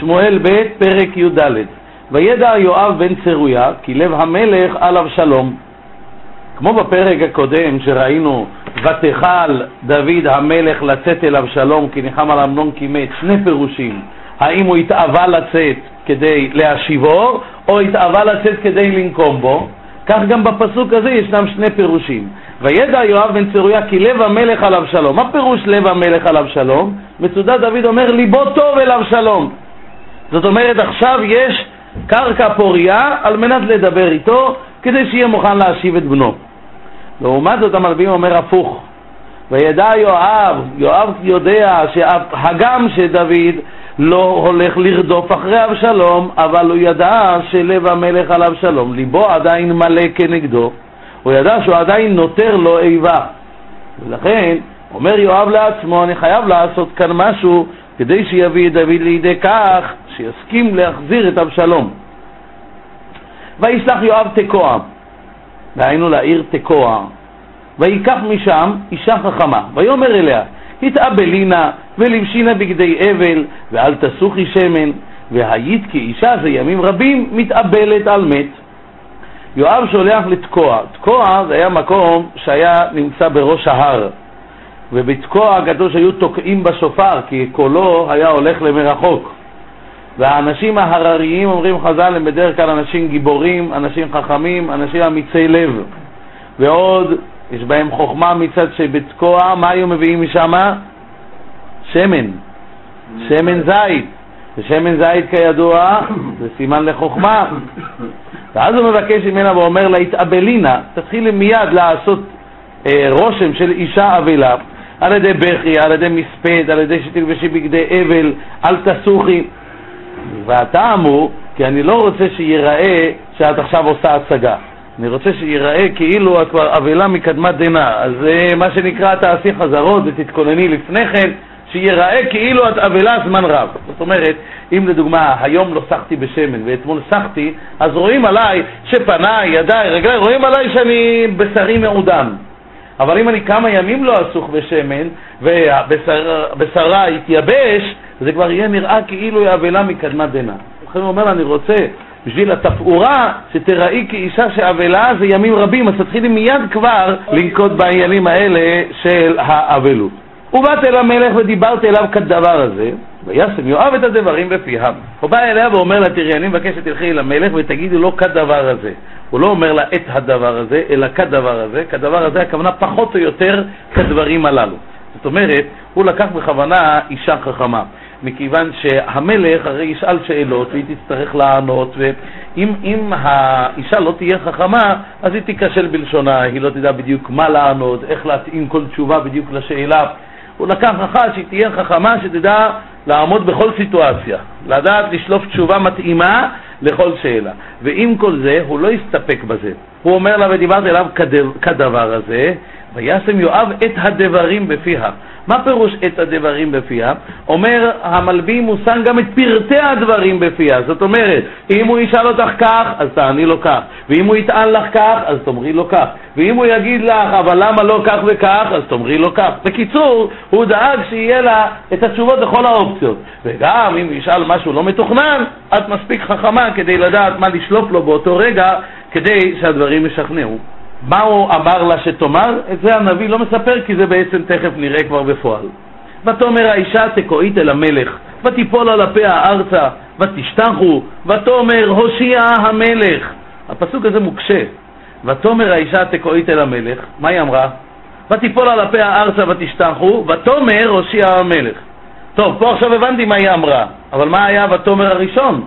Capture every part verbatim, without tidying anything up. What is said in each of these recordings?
שמואל ב' פרק י' ד'. וידע יואב בן צרויה כי לב המלך על אבשלום. כמו בפרק הקודם שראינו, ותחל דוד המלך לצאת אל אבשלום כי ניחם על אמנון כי מת, שני פירושים, האם הוא התאווה לצאת כדי להשיבו או התאווה לצאת כדי לנקום בו. כך גם בפסוק הזה ישנם שני פירושים. וידע יואב בן צרויה כי לב המלך על אבשלום. מה פירוש לב המלך על אבשלום? מצודת דוד אומר ליבו טוב אל אבשלום. זאת אומרת עכשיו יש קרקע פוריה על מנת לדבר איתו כדי שיהיה מוכן להשיב את בנו. לעומת זאת המלבים אומר הפוך. וידע יואב, יואב יודע שהגם שדוד לא הולך לרדוף אחרי אבשלום, אבל הוא ידע שלב המלך על אבשלום, ליבו עדיין מלא כנגדו, הוא ידע שהוא עדיין נותר לו איבה. ולכן אומר יואב לעצמו, אני חייב לעשות כאן משהו כדי שיביא את דוד לידי כך שיסכים להחזיר את אבשלום. וישלח יואב תקוע, והיינו לעיר תקוע, ויקח משם אישה חכמה, ויאמר אליה, התאבלינה ולבשינה בגדי אבל, ואל תסוכי שמן, והיית כאישה זה ימים רבים מתאבלת על מת. יואב שולח לתקוע. תקוע זה היה מקום שהיה נמצא בראש ההר, ובתקוע כתוב שהיו תוקעים בשופר כי קולו היה הולך למרחוק. והאנשים ההרריים, אומרים חז"ל, הם בדרך כלל אנשים גיבורים, אנשים חכמים, אנשים אמיצי לב, ועוד יש בהם חוכמה מצד שבתקוע. מה היו מביאים משם? שמן, שמן זית. ושמן זית כידוע זה סימן לחוכמה. ואז הוא מבקש ממנה ואומר לה, התאבלינה, תתחילי מיד לעשות אה, רושם של אישה אבלה, על ידי בכי, על ידי מספד, על ידי שתלבשי בגדי אבל, אל תסוכי. והטעם הוא כי אני לא רוצה שיראה שאת עכשיו עושה הצגה, אני רוצה שיראה כאילו את כבר אבלה מקדמת דנא. אז זה מה שנקרא תעשי חזרות ותתכונני לפני כן, שיראה כאילו את אבלה זמן רב. זאת אומרת, אם לדוגמה היום לא שחתי בשמן ואתמול שחתי, אז רואים עליי שפניי, ידיי, רגליי, רואים עליי שאני בשרי מעודם. אבל אם אני כמה ימים לא אסוך בשמן ובשרה התייבש, זה כבר יהיה נראה כאילו היא אבלה מקדמת דנא. לכן הוא אומר, אני רוצה בשביל התפאורה שתראי כאישה שאבלה זה ימים רבים, אז תתחילי מיד כבר לנקוט בעניינים האלה של האבלות. ובאת אל המלך ודיברת אליו כדבר הזה, וישם יואב את הדברים בפיהם. הוא בא אליה ואומר לה, תראי, אני מבקש שתלכי אל המלך ותגידי לו כדבר הזה. הוא לא אומר לה את הדבר הזה, אלא כדבר הזה. כדבר הזה הכוונה פחות או יותר כדברים הללו. זאת אומרת, הוא לקח בכוונה אישה חכמה, מכיוון שהמלך הרי ישאל שאלות והיא תצטרך לענות, ואם אם האישה לא תהיה חכמה אז היא תיקשל בלשונה, היא לא תדע בדיוק מה לענות, איך להתאים כל תשובה בדיוק לשאלה. הוא לקח אחת שהיא תהיה חכמה, שתדע לעמוד בכל סיטואציה, לדעת לשלוף תשובה מתאימה לכל שאלה. ועם כל זה הוא לא יסתפק בזה, הוא אומר לה, ודיברת אליו כדבר הזה, וישם יואב את הדברים בפיה. מה פירוש את הדברים בפיה? אומר המלבים, הוא שם גם את פרטי הדברים בפיה. זאת אומרת, אם הוא ישאל אותך כך, אז תעני לו כך, ואם הוא יטען לך כך, אז תאמרי לו כך, ואם הוא יגיד לך אבל למה לא כך וכך, אז תאמרי לו כך. בקיצור, הוא דאג שיהיה לה את התשובות לכל האופציות. וגם אם הוא ישאל משהו לא מתוכנן, את מספיק חכמה כדי לדעת מה לשלוף לו באותו רגע, כדי שהדברים ישכנעו. מה הוא אמר לה שתאמר? את זה הנביא לא מספר, כי זה בעצם תכף נראה כבר בפועל. ותאמר האישה תקועית אל המלך, ותיפול על הפיה ארצה, ותשתחו, ותאמר הושיע המלך. הפסוק הזה מוקשה. ותאמר האישה תקועית אל המלך, מה היא אמרה? ותיפול על הפיה ארצה ותשתחו, ותאמר הושיע המלך. טוב, פה עכשיו הבנתי מה היא אמרה, אבל מה היה ותאמר הראשון?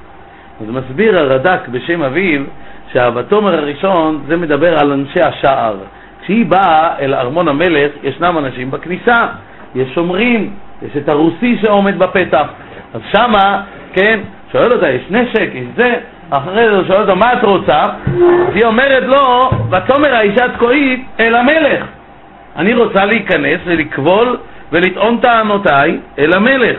אז מסביר הרד"ק בשם אביו, שהוותאמר הראשון זה מדבר על אנשי השער. כשהיא באה אל ארמון המלך, ישנם אנשים בכניסה, יש שומרים, יש את הרוסי שעומד בפתח. אז שמה, כן, שואל אותה, יש נשק, יש זה, אחרי זה שואל אותה, מה את רוצה? אז היא אומרת לו, ותאמר האישה תקועית אל המלך. אני רוצה להיכנס ולקבול ולטעון טענותיי אל המלך.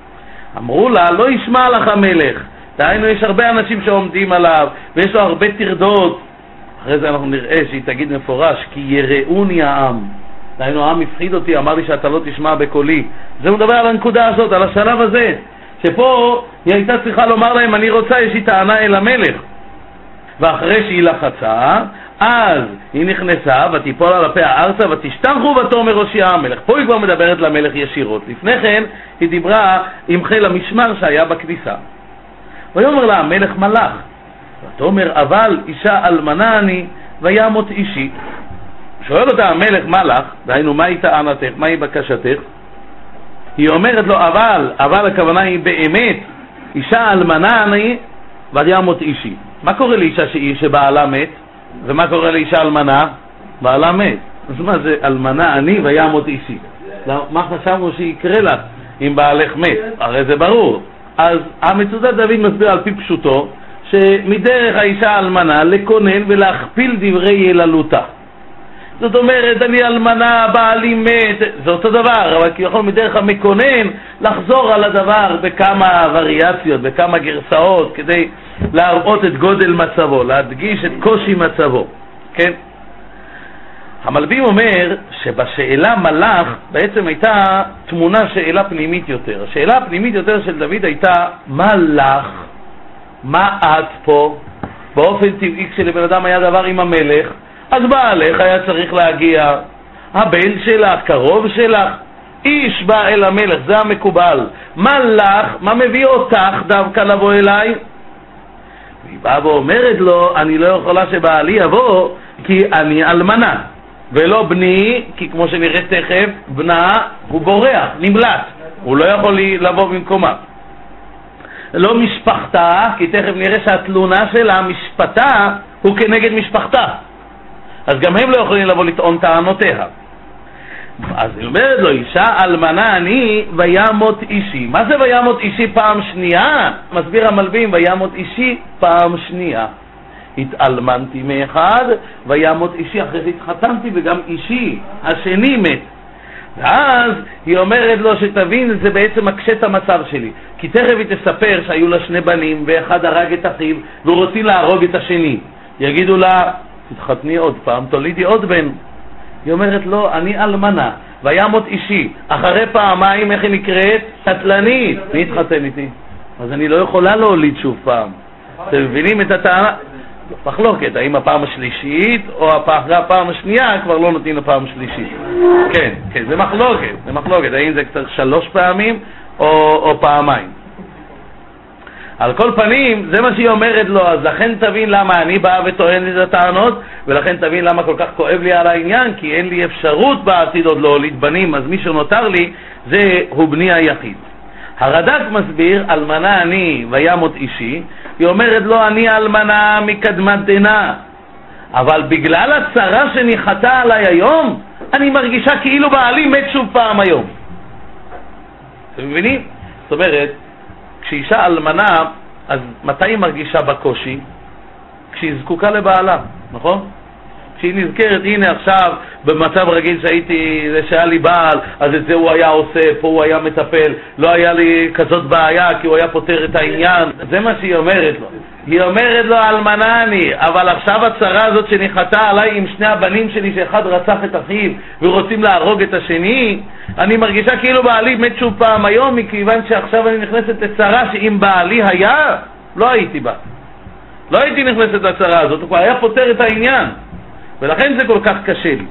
אמרו לה, לא ישמע לך המלך. דהיינו, יש הרבה אנשים שעומדים עליו, ויש לו הרבה תרדות. אחרי זה אנחנו נראה שהיא תגיד מפורש, כי יראוני העם. דהיינו, העם הפחיד אותי, אמר לי שאתה לא תשמע בקולי. זה מדבר על הנקודה הזאת, על השלב הזה, שפה היא הייתה צריכה לומר להם, אני רוצה, יש לי טענה אל המלך. ואחרי שהיא לחצה, אז היא נכנסה ותיפול על הפה הארצה ותשתחו ותאמר הושיעה המלך. פה היא כבר מדברת למלך ישירות. לפני כן היא דיברה עם חיל המשמר שהיה בכניסה. ויאמר לה המלך מלך, ותאמר אבל אישה אלמנה אני וימות אישי. שואל אותה המלך מלך, דהיינו מהי טענתך, מהי בקשתך? היא אומרת לו אבל, אבל הכוונה היא באמת, אישה אלמנה אני וימות אישי. מה קורה לאישה שבעלה מת? ומה קורה לאישה אלמנה? בעלה מת. אז מה זה אלמנה אני וימות אישי? מה חשבנו שיקרה לך אם בעלך מת? הרי זה ברור. אז המצודת דוד מסביר על פי פשוטו שמדרך האישה האלמנה לקונן ולהכפיל דברי יללותה. זאת אומרת, אני אלמנה, בעלי מת, זה אותו דבר, אבל כביכול מדרך המקונן לחזור על הדבר בכמה וריאציות, בכמה גרסאות, כדי להראות את גודל מצבו, להדגיש את קושי מצבו, כן? המלבים אומר שבשאלה מלך בעצם הייתה תמונה שאלה פנימית יותר. השאלה הפנימית יותר של דוד הייתה, מה לך? מה את פה? באופן טבעי כשלבן אדם היה דבר עם המלך, אז בעלך היה צריך להגיע, הבן שלך, קרוב שלך, איש בא אל המלך, זה המקובל. מה לך? מה מביא אותך דווקא לבוא אליי? והיא באה ואומרת לו, אני לא יכולה שבעלי יבוא כי אני אלמנה, ולא בני, כי כמו שנראה תכף, בנה הוא בורח, נמלט, הוא לא יכול לבוא במקומה. לא משפחתה, כי תכף נראה שהתלונה שלה, משפטה, הוא כנגד משפחתה. אז גם הם לא יכולים לבוא לטעון טענותיה. אז היא אומרת לו, אישה אלמנה אני וימות אישי. מה זה וימות אישי פעם שנייה? מסביר המלבים, וימות אישי פעם שנייה. התאלמנתי מאחד וימות אישי, אחרי זה התחתנתי וגם אישי השני מת. ואז היא אומרת לו שתבין, זה בעצם מקשה את המצב שלי, כי תכף היא תספר שהיו לה שני בנים ואחד הרג את אחיו והוא רוצה להרוג את השני. יגידו לה, תתחתני עוד פעם, תולידי עוד בן. היא אומרת לו, אני אלמנה וימות אישי, אחרי פעמיים איך היא נקראת? קטלנית. מי התחתן איתי? אז אני לא יכולה להוליד שוב פעם. אתם מבינים את הטענה? מחלוקת, האם הפעם השלישית או אחרי הפעם השנייה כבר לא נותנים לפעם השלישית. כן, כן, זה מחלוקת, זה מחלוקת, האם זה קצת שלוש פעמים או, או פעמיים. על כל פנים, זה מה שהיא אומרת לו, אז לכן תבין למה אני באה וטוען את הטענות, ולכן תבין למה כל כך כואב לי על העניין, כי אין לי אפשרות בעתיד עוד להוליד בנים, אז מי שנותר לי זה הוא בני היחיד. הרד"ק מסביר, אלמנה אני וימות אישי, היא אומרת לו, אני אלמנה מקדמת דנא, אבל בגלל הצרה שניחתה עליי היום, אני מרגישה כאילו בעלי מת שוב פעם היום. אתם מבינים? זאת אומרת, כשאישה אלמנה, אז מתי היא מרגישה בקושי? כשהיא זקוקה לבעלה, נכון? כשהיא נזכרת, הנה עכשיו במצב רגיל שהייתי, זה שהיה לי בעל, אז את זה הוא היה עושה, פה הוא היה מטפל, לא היה לי כזאת בעיה כי הוא היה פותר את העניין. זה מה שהיא אומרת לו. היא אומרת לו, אלמנה אני, אבל עכשיו הצרה הזאת שנחתה עליי עם שני הבנים שלי שאחד רצח את אחיו ורוצים להרוג את השני, אני מרגישה כאילו בעלי מת שוב פעם היום, מכיוון שעכשיו אני נכנסת לצרה שאם בעלי היה, לא הייתי בה. לא הייתי נכנסת לצרה הזאת, הוא כבר היה פותר את העניין. ולכן זה כל כך קשה לי.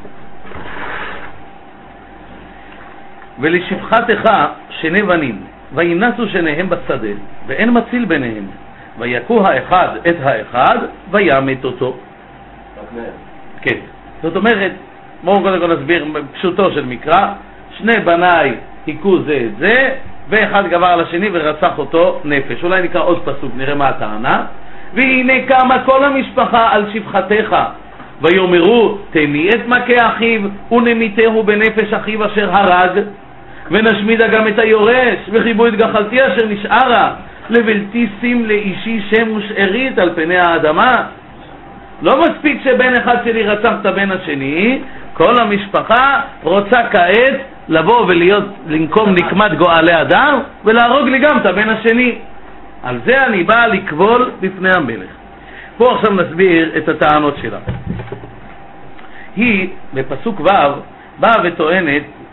ולשפחתך שני בנים, וינסו שניהם בשדה, ואין מציל ביניהם, ויקו האחד את האחד, וימת אותו. כן. זאת אומרת, בואו קודם כל נסביר פשוטו של מקרא, שני בניי היכו זה את זה, ואחד גבר על השני ורצח אותו נפש. אולי נקרא עוד פסוק, נראה מה הטענה. והנה קמה כל המשפחה על שפחתך, ויאמרו תני את מכה אחיו ונמיתהו בנפש אחיו אשר הרג, ונשמידה גם את היורש, וחיבו את גחלתי אשר נשארה, לבלתי שים לאישי שם ושארית על פני האדמה. לא מספיק שבן אחד שלי רצח את הבן השני, כל המשפחה רוצה כעת לבוא ולהיות לנקום נקמת גואלי אדם ולהרוג לי גם את הבן השני. על זה אני בא לקבול בפני המלך. בואו עכשיו נסביר את הטענות שלה. היא בפסוק ו' באה וטוענת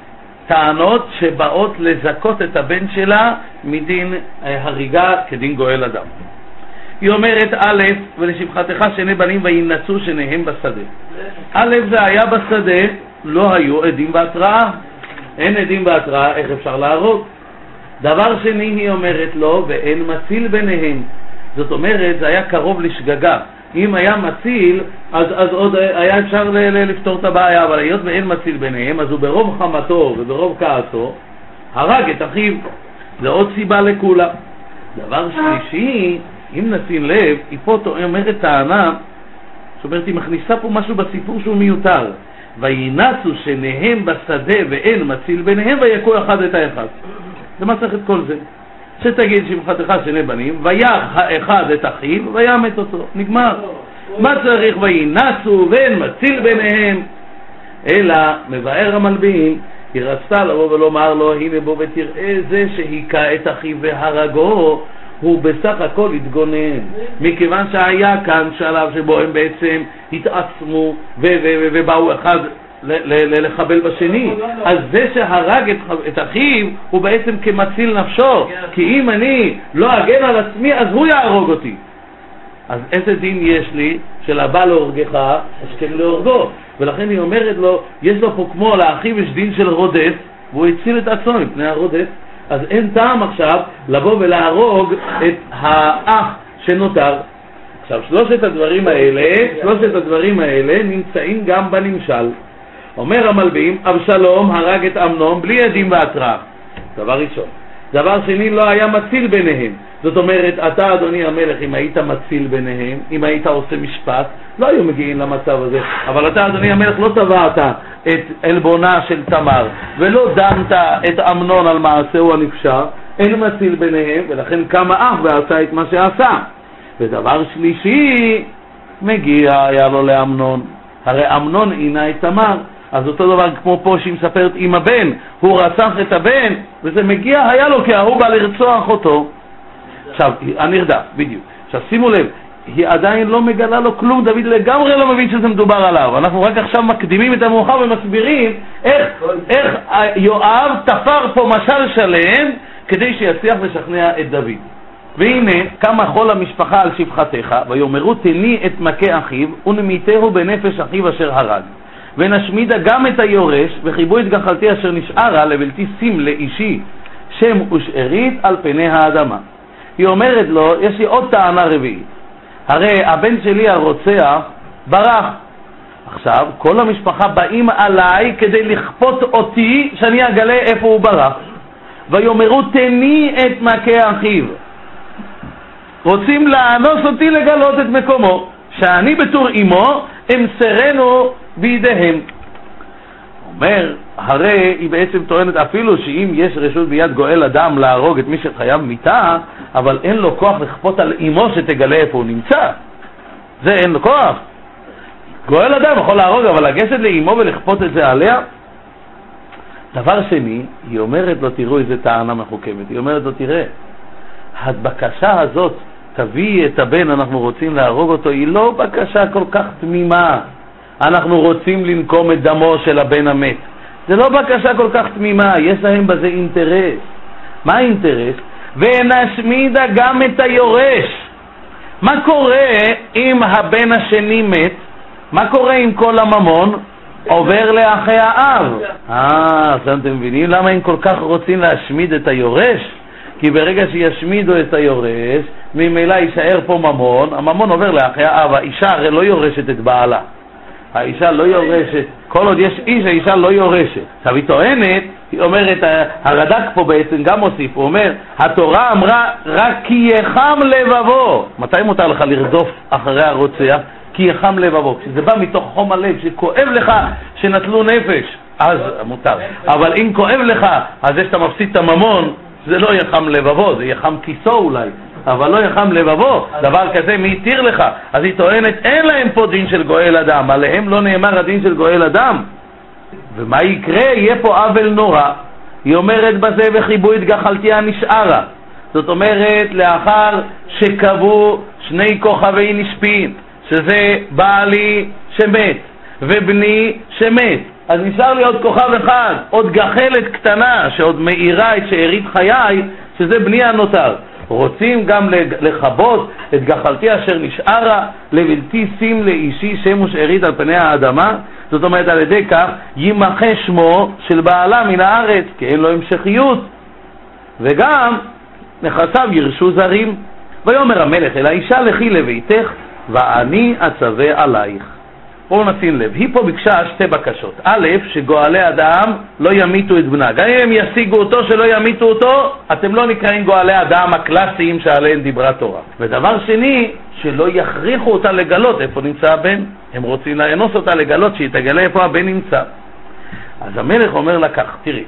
טענות שבאות לזכות את הבן שלה מדין הריגה כדין גואל אדם. היא אומרת א', ולשפחתך שני בנים וינצו שניהם בשדה. א', זה היה בשדה, לא היו עדים בהתראה. אין עדים בהתראה, איך אפשר להרוג? דבר שני, היא אומרת לו, ואין מציל ביניהם. זאת אומרת, זה היה קרוב לשגגה. אם היה מציל, אז, אז עוד היה אפשר ל- ל- לפתור את הבעיה, אבל היות ואין מציל ביניהם, אז הוא ברוב חמתו וברוב כעסו, הרג את אחיו. זה עוד סיבה לכולה. דבר שלישי, אם נשים לב, היא פה אומרת טענה, זאת אומרת, היא מכניסה פה משהו בסיפור שהוא מיותר. וינצו שניהם בשדה ואין מציל ביניהם ויקו אחד את האחד. זה מה צריך את כל זה? שתגיד שמחתך שני בנים, ויח האחד את אחיו וימת אותו. נגמר. מה צריך? וינצו ואין מציל ביניהם. אלא מבאר המלבים, היא רצתה לבוא ולומר לו, הנה בוא ותראה זה שהיכה את אחיו והרגו, הוא בסך הכל התגונן, מכיוון שהיה כאן שלב שבו הם בעצם התעצמו ובאו אחד לחבל בשני. אז זה שהרג את אחיו הוא בעצם כמציל נפשו, כי אם אני לא אגן על עצמי אז הוא יהרוג אותי. אז איזה דין יש לי של הבא להורגך השכם להורגו? ולכן היא אומרת לו, יש לו פה כמו לאחיו יש דין של רודף, והוא הציל את עצמו מפני הרודף, אז אין טעם עכשיו לבוא ולהרוג את האח שנותר. עכשיו שלושת הדברים האלה, שלושת הדברים האלה נמצאים גם בנמשל. אומר המלבים, אבשלום הרג את אמנון בלי עדים והתראה. דבר ראשון. דבר שני, לא היה מציל ביניהם. זאת אומרת, אתה אדוני המלך, אם היית מציל ביניהם, אם היית עושה משפט, לא היו מגיעים למצב הזה. אבל אתה אדוני המלך לא טבעת את אלבונה של תמר, ולא דנת את אמנון על מעשהו הנפשע, אין מציל ביניהם, ולכן קם האח ועשה את מה שעשה. ודבר שלישי, מגיע היה לו לאמנון. הרי אמנון עינה את תמר. אז אותו דבר כמו פה שהיא מספרת עם הבן, הוא רצח את הבן, וזה מגיע היה לו כי הוא בא לרצוח אותו. עכשיו, הנרדף, בדיוק. עכשיו, שימו לב, היא עדיין לא מגלה לו כלום, דוד לגמרי לא מבין שזה מדובר עליו. אנחנו רק עכשיו מקדימים את המאוחר ומסבירים איך, איך יואב תפר פה משל שלם כדי שיצליח לשכנע את דוד. והנה, כמה חול המשפחה על שפחתך, ויאמרו תני את מכה אחיו, ונמיתהו בנפש אחיו אשר הרג. ונשמידה גם את היורש, וחיבו את גחלתי אשר נשארה לבלתי שים לאישי שם ושארית על פני האדמה. היא אומרת לו, יש לי עוד טענה רביעית. הרי הבן שלי הרוצח ברח. עכשיו, כל המשפחה באים עליי כדי לכפות אותי שאני אגלה איפה הוא ברח. ויאמרו תני את מכה אחיו. רוצים לאנוס אותי לגלות את מקומו, שאני בתור אמו אמסרנו בידיהם. אומר, הרי היא בעצם טוענת אפילו שאם יש רשות ביד גואל אדם להרוג את מי שחייב מיתה, אבל אין לו כוח לכפות על אמו שתגלה איפה הוא נמצא. זה אין לו כוח. גואל אדם יכול להרוג, אבל לגשת לאמו ולכפות את זה עליה. דבר שני, היא אומרת לו, תראו איזה טענה מחוכמת, היא אומרת לו, תראה, הבקשה הזאת, תביא את הבן, אנחנו רוצים להרוג אותו, היא לא בקשה כל כך תמימה. אנחנו רוצים לנקום את דמו של הבן המת. זה לא בקשה כל כך תמימה, יש להם בזה אינטרס. מה האינטרס? ונשמידה גם את היורש. מה קורה אם הבן השני מת? מה קורה אם כל הממון עובר לאחי האב? אה, אז אתם מבינים למה הם כל כך רוצים להשמיד את היורש? כי ברגע שישמידו את היורש, ממילא יישאר פה ממון, הממון עובר לאחי האב, האישה הרי לא יורשת את בעלה. האישה לא יורשת, כל עוד יש איש, האישה לא יורשת. עכשיו היא טוענת, היא אומרת, הרד"ק פה בעצם גם מוסיף, הוא אומר, התורה אמרה רק כי יחם לבבו. מתי מותר לך לרדוף אחרי הרוצח? כי יחם לבבו. כשזה בא מתוך חום הלב, שכואב לך שנטלו נפש, אז מותר. אבל אם כואב לך, אז זה שאתה מפסיד את הממון, זה לא יחם לבבו, זה יחם כיסו אולי. אבל לא יחם לבבו, דבר כזה מי יתיר לך? אז היא טוענת, אין להם פה דין של גואל אדם, עליהם לא נאמר הדין של גואל אדם. ומה יקרה? יהיה פה עוול נורא. היא אומרת בזה, וחיבו את גחלתי הנשארה. זאת אומרת, לאחר שקבו שני כוכבי נשפין, שזה בעלי שמת ובני שמת, אז נשאר לי עוד כוכב אחד, עוד גחלת קטנה שעוד מאירה את שארית חיי, שזה בני הנותר. רוצים גם לחבות את גחלתי אשר נשארה לבלתי שים לאישי שם ושארית על פני האדמה. זאת אומרת, על ידי כך יימחה שמו של בעלה מן הארץ, כי אין לו המשכיות, וגם נכסיו ירשו זרים. ויאמר המלך אל האישה, לכי לביתך ואני אצווה עלייך. בואו נשים לב, היא פה ביקשה שתי בקשות. א', שגואלי אדם לא ימיתו את בנה. גם אם הם ישיגו אותו, שלא ימיתו אותו, אתם לא נקראים גואלי אדם הקלאסיים שעליהם דיברה תורה. ודבר שני, שלא יכריחו אותה לגלות איפה נמצא הבן. הם רוצים לאנוס אותה לגלות שהיא תגלה איפה הבן נמצא. אז המלך אומר לה כך, תראי,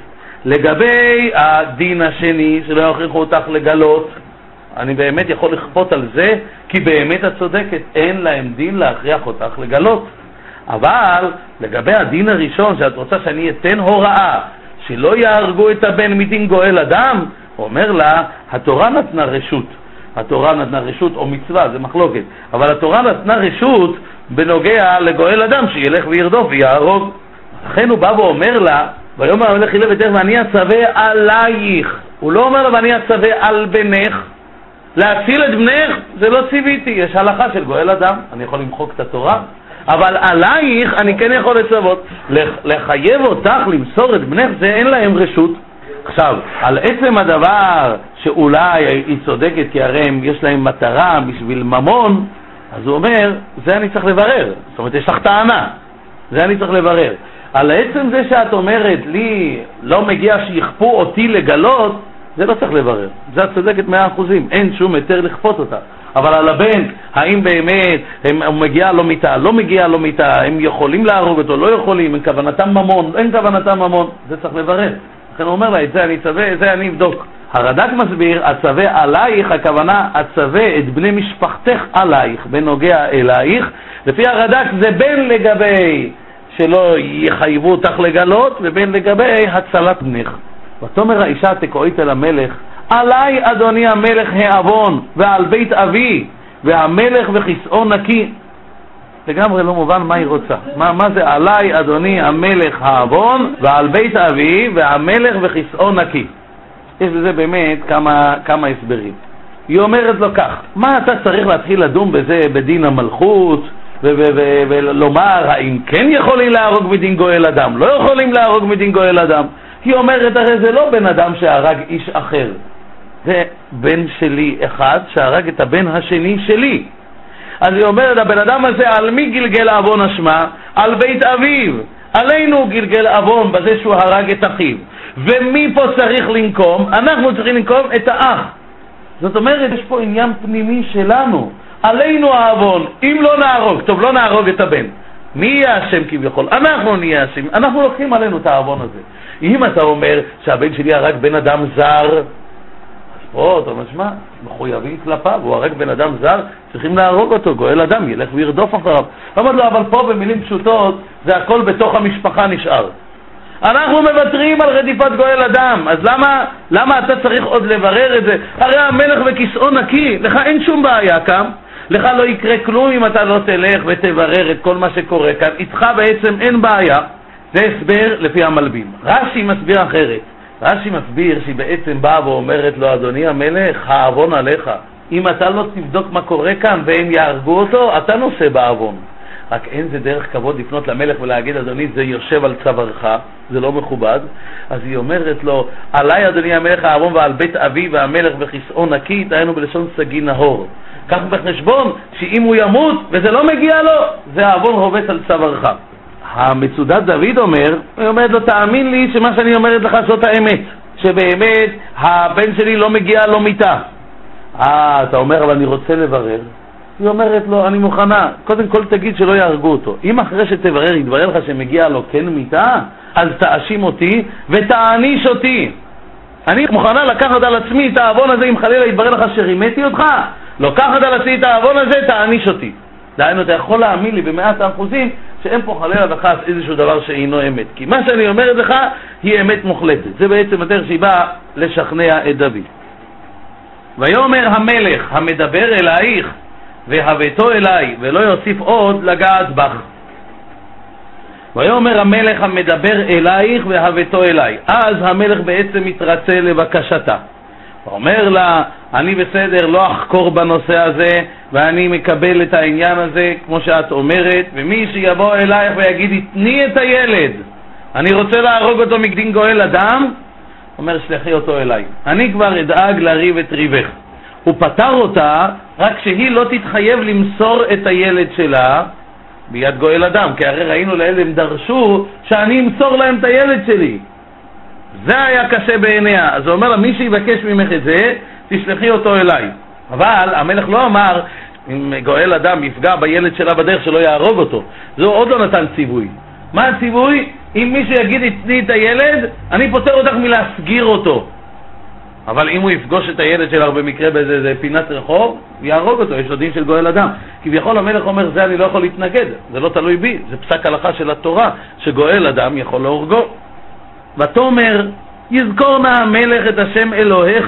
לגבי הדין השני, שלא יכריחו אותך לגלות, אני באמת יכול לכפות על זה, כי באמת את צודקת, אין להם דין להכריח אותך לגלות. אבל לגבי הדין הראשון, שאת רוצה שאני אתן הוראה שלא יהרגו את הבן מדין גואל אדם, אומר לה, התורה נתנה רשות. התורה נתנה רשות או מצווה, זה מחלוקת. אבל התורה נתנה רשות בנוגע לגואל אדם, שילך וירדוף ויהרוג. לכן הוא בא ואומר לה, ויאמר המלך לכי לביתך ואני אצווה עלייך. הוא לא אומר לה ואני אצווה על בנך. להציל את בנך זה לא ציוויתי, יש הלכה של גואל אדם, אני יכול למחוק את התורה, אבל עלייך אני כן יכול לצוות. לחייב אותך למסור את בנך, זה אין להם רשות. עכשיו, על עצם הדבר שאולי היא צודקת, כי הרי יש להם מטרה בשביל ממון, אז הוא אומר, זה אני צריך לברר. זאת אומרת, יש לך טענה, זה אני צריך לברר. על עצם זה שאת אומרת לי, לא מגיע שיכפו אותי לגלות, זה לא צריך לברר. זה את צודקת מאה אחוזים, אין שום יותר לכפות אותה. אבל על הבן, האם באמת הם, הוא מגיע לו מיטה, לא מגיע לו מיטה, הם יכולים להרוג אותו, לא יכולים, אין כוונתם ממון, אין כוונתם ממון, זה צריך לברר. לכן הוא אומר לה, את זה אני צווה, את זה אני אבדוק. הרד"ק מסביר, הצווה עלייך, הכוונה, הצווה את בני משפחתך עלייך, בנוגע אלייך. לפי הרד"ק זה בין לגבי שלא יחייבו אותך לגלות, ובין לגבי הצלת בנך. ותאמר האישה תקועית אל המלך, עלי אדוני המלך העוון ועל בית אבי, והמלך וכיסאו נקי. לגמרי לא מובן מה היא רוצה. מה, מה זה עלי אדוני המלך העוון ועל בית אבי, והמלך וכיסאו נקי? יש לזה באמת כמה, כמה הסברים. היא אומרת לו כך, מה אתה צריך להתחיל לדון בזה בדין המלכות, ולומר האם כן יכולים להרוג מדין גואל אדם, לא יכולים להרוג מדין גואל אדם? היא אומרת, הרי זה לא בן אדם שהרג איש אחר, זה בן שלי אחד שהרג את הבן השני שלי. אז היא אומרת, הבן אדם הזה על מי גלגל אבון אשמה? על בית אביו. עלינו גלגל אבון בזה שהוא הרג את אחיו. ומי פה צריך לנקום? אנחנו צריכים לנקום את האח. זאת אומרת, יש פה עניין פנימי שלנו. עלינו האבון, אם לא נהרוג, טוב, לא נהרוג את הבן. מי יהיה השם כביכול? אנחנו נהיה השם. אנחנו לוקחים עלינו את האבון הזה. אם אתה אומר שהבן שלי הרג בן אדם זר, אז פה אתה משמע, מחויבים כלפיו, הוא הרג בן אדם זר, צריכים להרוג אותו, גואל אדם ילך וירדוף אחריו. אמר לו, אבל פה במילים פשוטות, זה הכל בתוך המשפחה נשאר. אנחנו מוותרים על רדיפת גואל אדם, אז למה, למה אתה צריך עוד לברר את זה? הרי המלך וכיסאו נקי, לך אין שום בעיה כאן, לך לא יקרה כלום אם אתה לא תלך ותברר את כל מה שקורה כאן, איתך בעצם אין בעיה. זה הסבר לפי המלבים. רש"י מסביר אחרת. רש"י מסביר שהיא בעצם באה ואומרת לו, אדוני המלך, העוון עליך. אם אתה לא תבדוק מה קורה כאן והם יהרגו אותו, אתה נושא בעוון. רק אין זה דרך כבוד לפנות למלך ולהגיד, אדוני, זה יושב על צווארך, זה לא מכובד. אז היא אומרת לו, עליי אדוני המלך העוון ועל בית אבי והמלך וכיסאו נקי, תהיינו בלשון סגי נהור. כך בחשבון שאם הוא ימות וזה לא מגיע לו, זה העוון רובץ על צווארך. המצודת דוד אומר, הוא אומר לו, תאמין לי שמה שאני אומרת לך זאת האמת, שבאמת הבן שלי לא מגיע לו מיטה. אה, אתה אומר, אבל אני רוצה לברר. היא אומרת לו, אני מוכנה, קודם כל תגיד שלא יהרגו אותו. אם אחרי שתברר יתברר לך שמגיע לו כן מיטה, אז תאשים אותי ותעניש אותי. אני מוכנה לקחת על עצמי את העוון הזה, אם חלילה יתברר לך שרימתי אותך, לוקחת על עצמי את העוון הזה, תעניש אותי. דהיינו, אתה יכול להאמין לי במאת האחוזים שאין פה חלילה וחס איזשהו דבר שאינו אמת. כי מה שאני אומרת לך היא אמת מוחלטת. זה בעצם יותר שהיא באה לשכנע את דוד. ויאמר המלך המדבר אלייך והבאתו אליי ולא יוסיף עוד לגעת בך. ויאמר המלך המדבר אלייך והבאתו אליי. אז המלך בעצם מתרצה לבקשתה. הוא אומר לה, אני בסדר, לא אחקור בנושא הזה, ואני מקבל את העניין הזה כמו שאת אומרת, ומי שיבוא אלייך ויגיד, תני את הילד, אני רוצה להרוג אותו מקדין גואל אדם, אומר, שלחי אותו אליי. אני כבר אדאג לריב את ריבך. הוא פטר אותה, רק שהיא לא תתחייב למסור את הילד שלה ביד גואל אדם, כי הרי ראינו לאלה, הם דרשו שאני אמסור להם את הילד שלי. זה היה קשה בעיניה. אז הוא אומר לה, מי שיבקש ממך את זה, תשלחי אותו אליי. אבל המלך לא אמר, אם גואל אדם יפגע בילד שלה בדרך שלא יהרוג אותו. זה עוד לא נתן ציווי. מה הציווי? אם מישהו יגיד, תני את הילד, אני פותר אותך מלהסגיר אותו. אבל אם הוא יפגוש את הילד שלך במקרה באיזה פינת רחוב, יהרוג אותו, יש לו דין של גואל אדם. כביכול המלך אומר, זה אני לא יכול להתנגד, זה לא תלוי בי, זה פסק הלכה של התורה, שגואל אדם יכול להורגו. ותאמר, יזכור נא המלך את השם אלוהיך,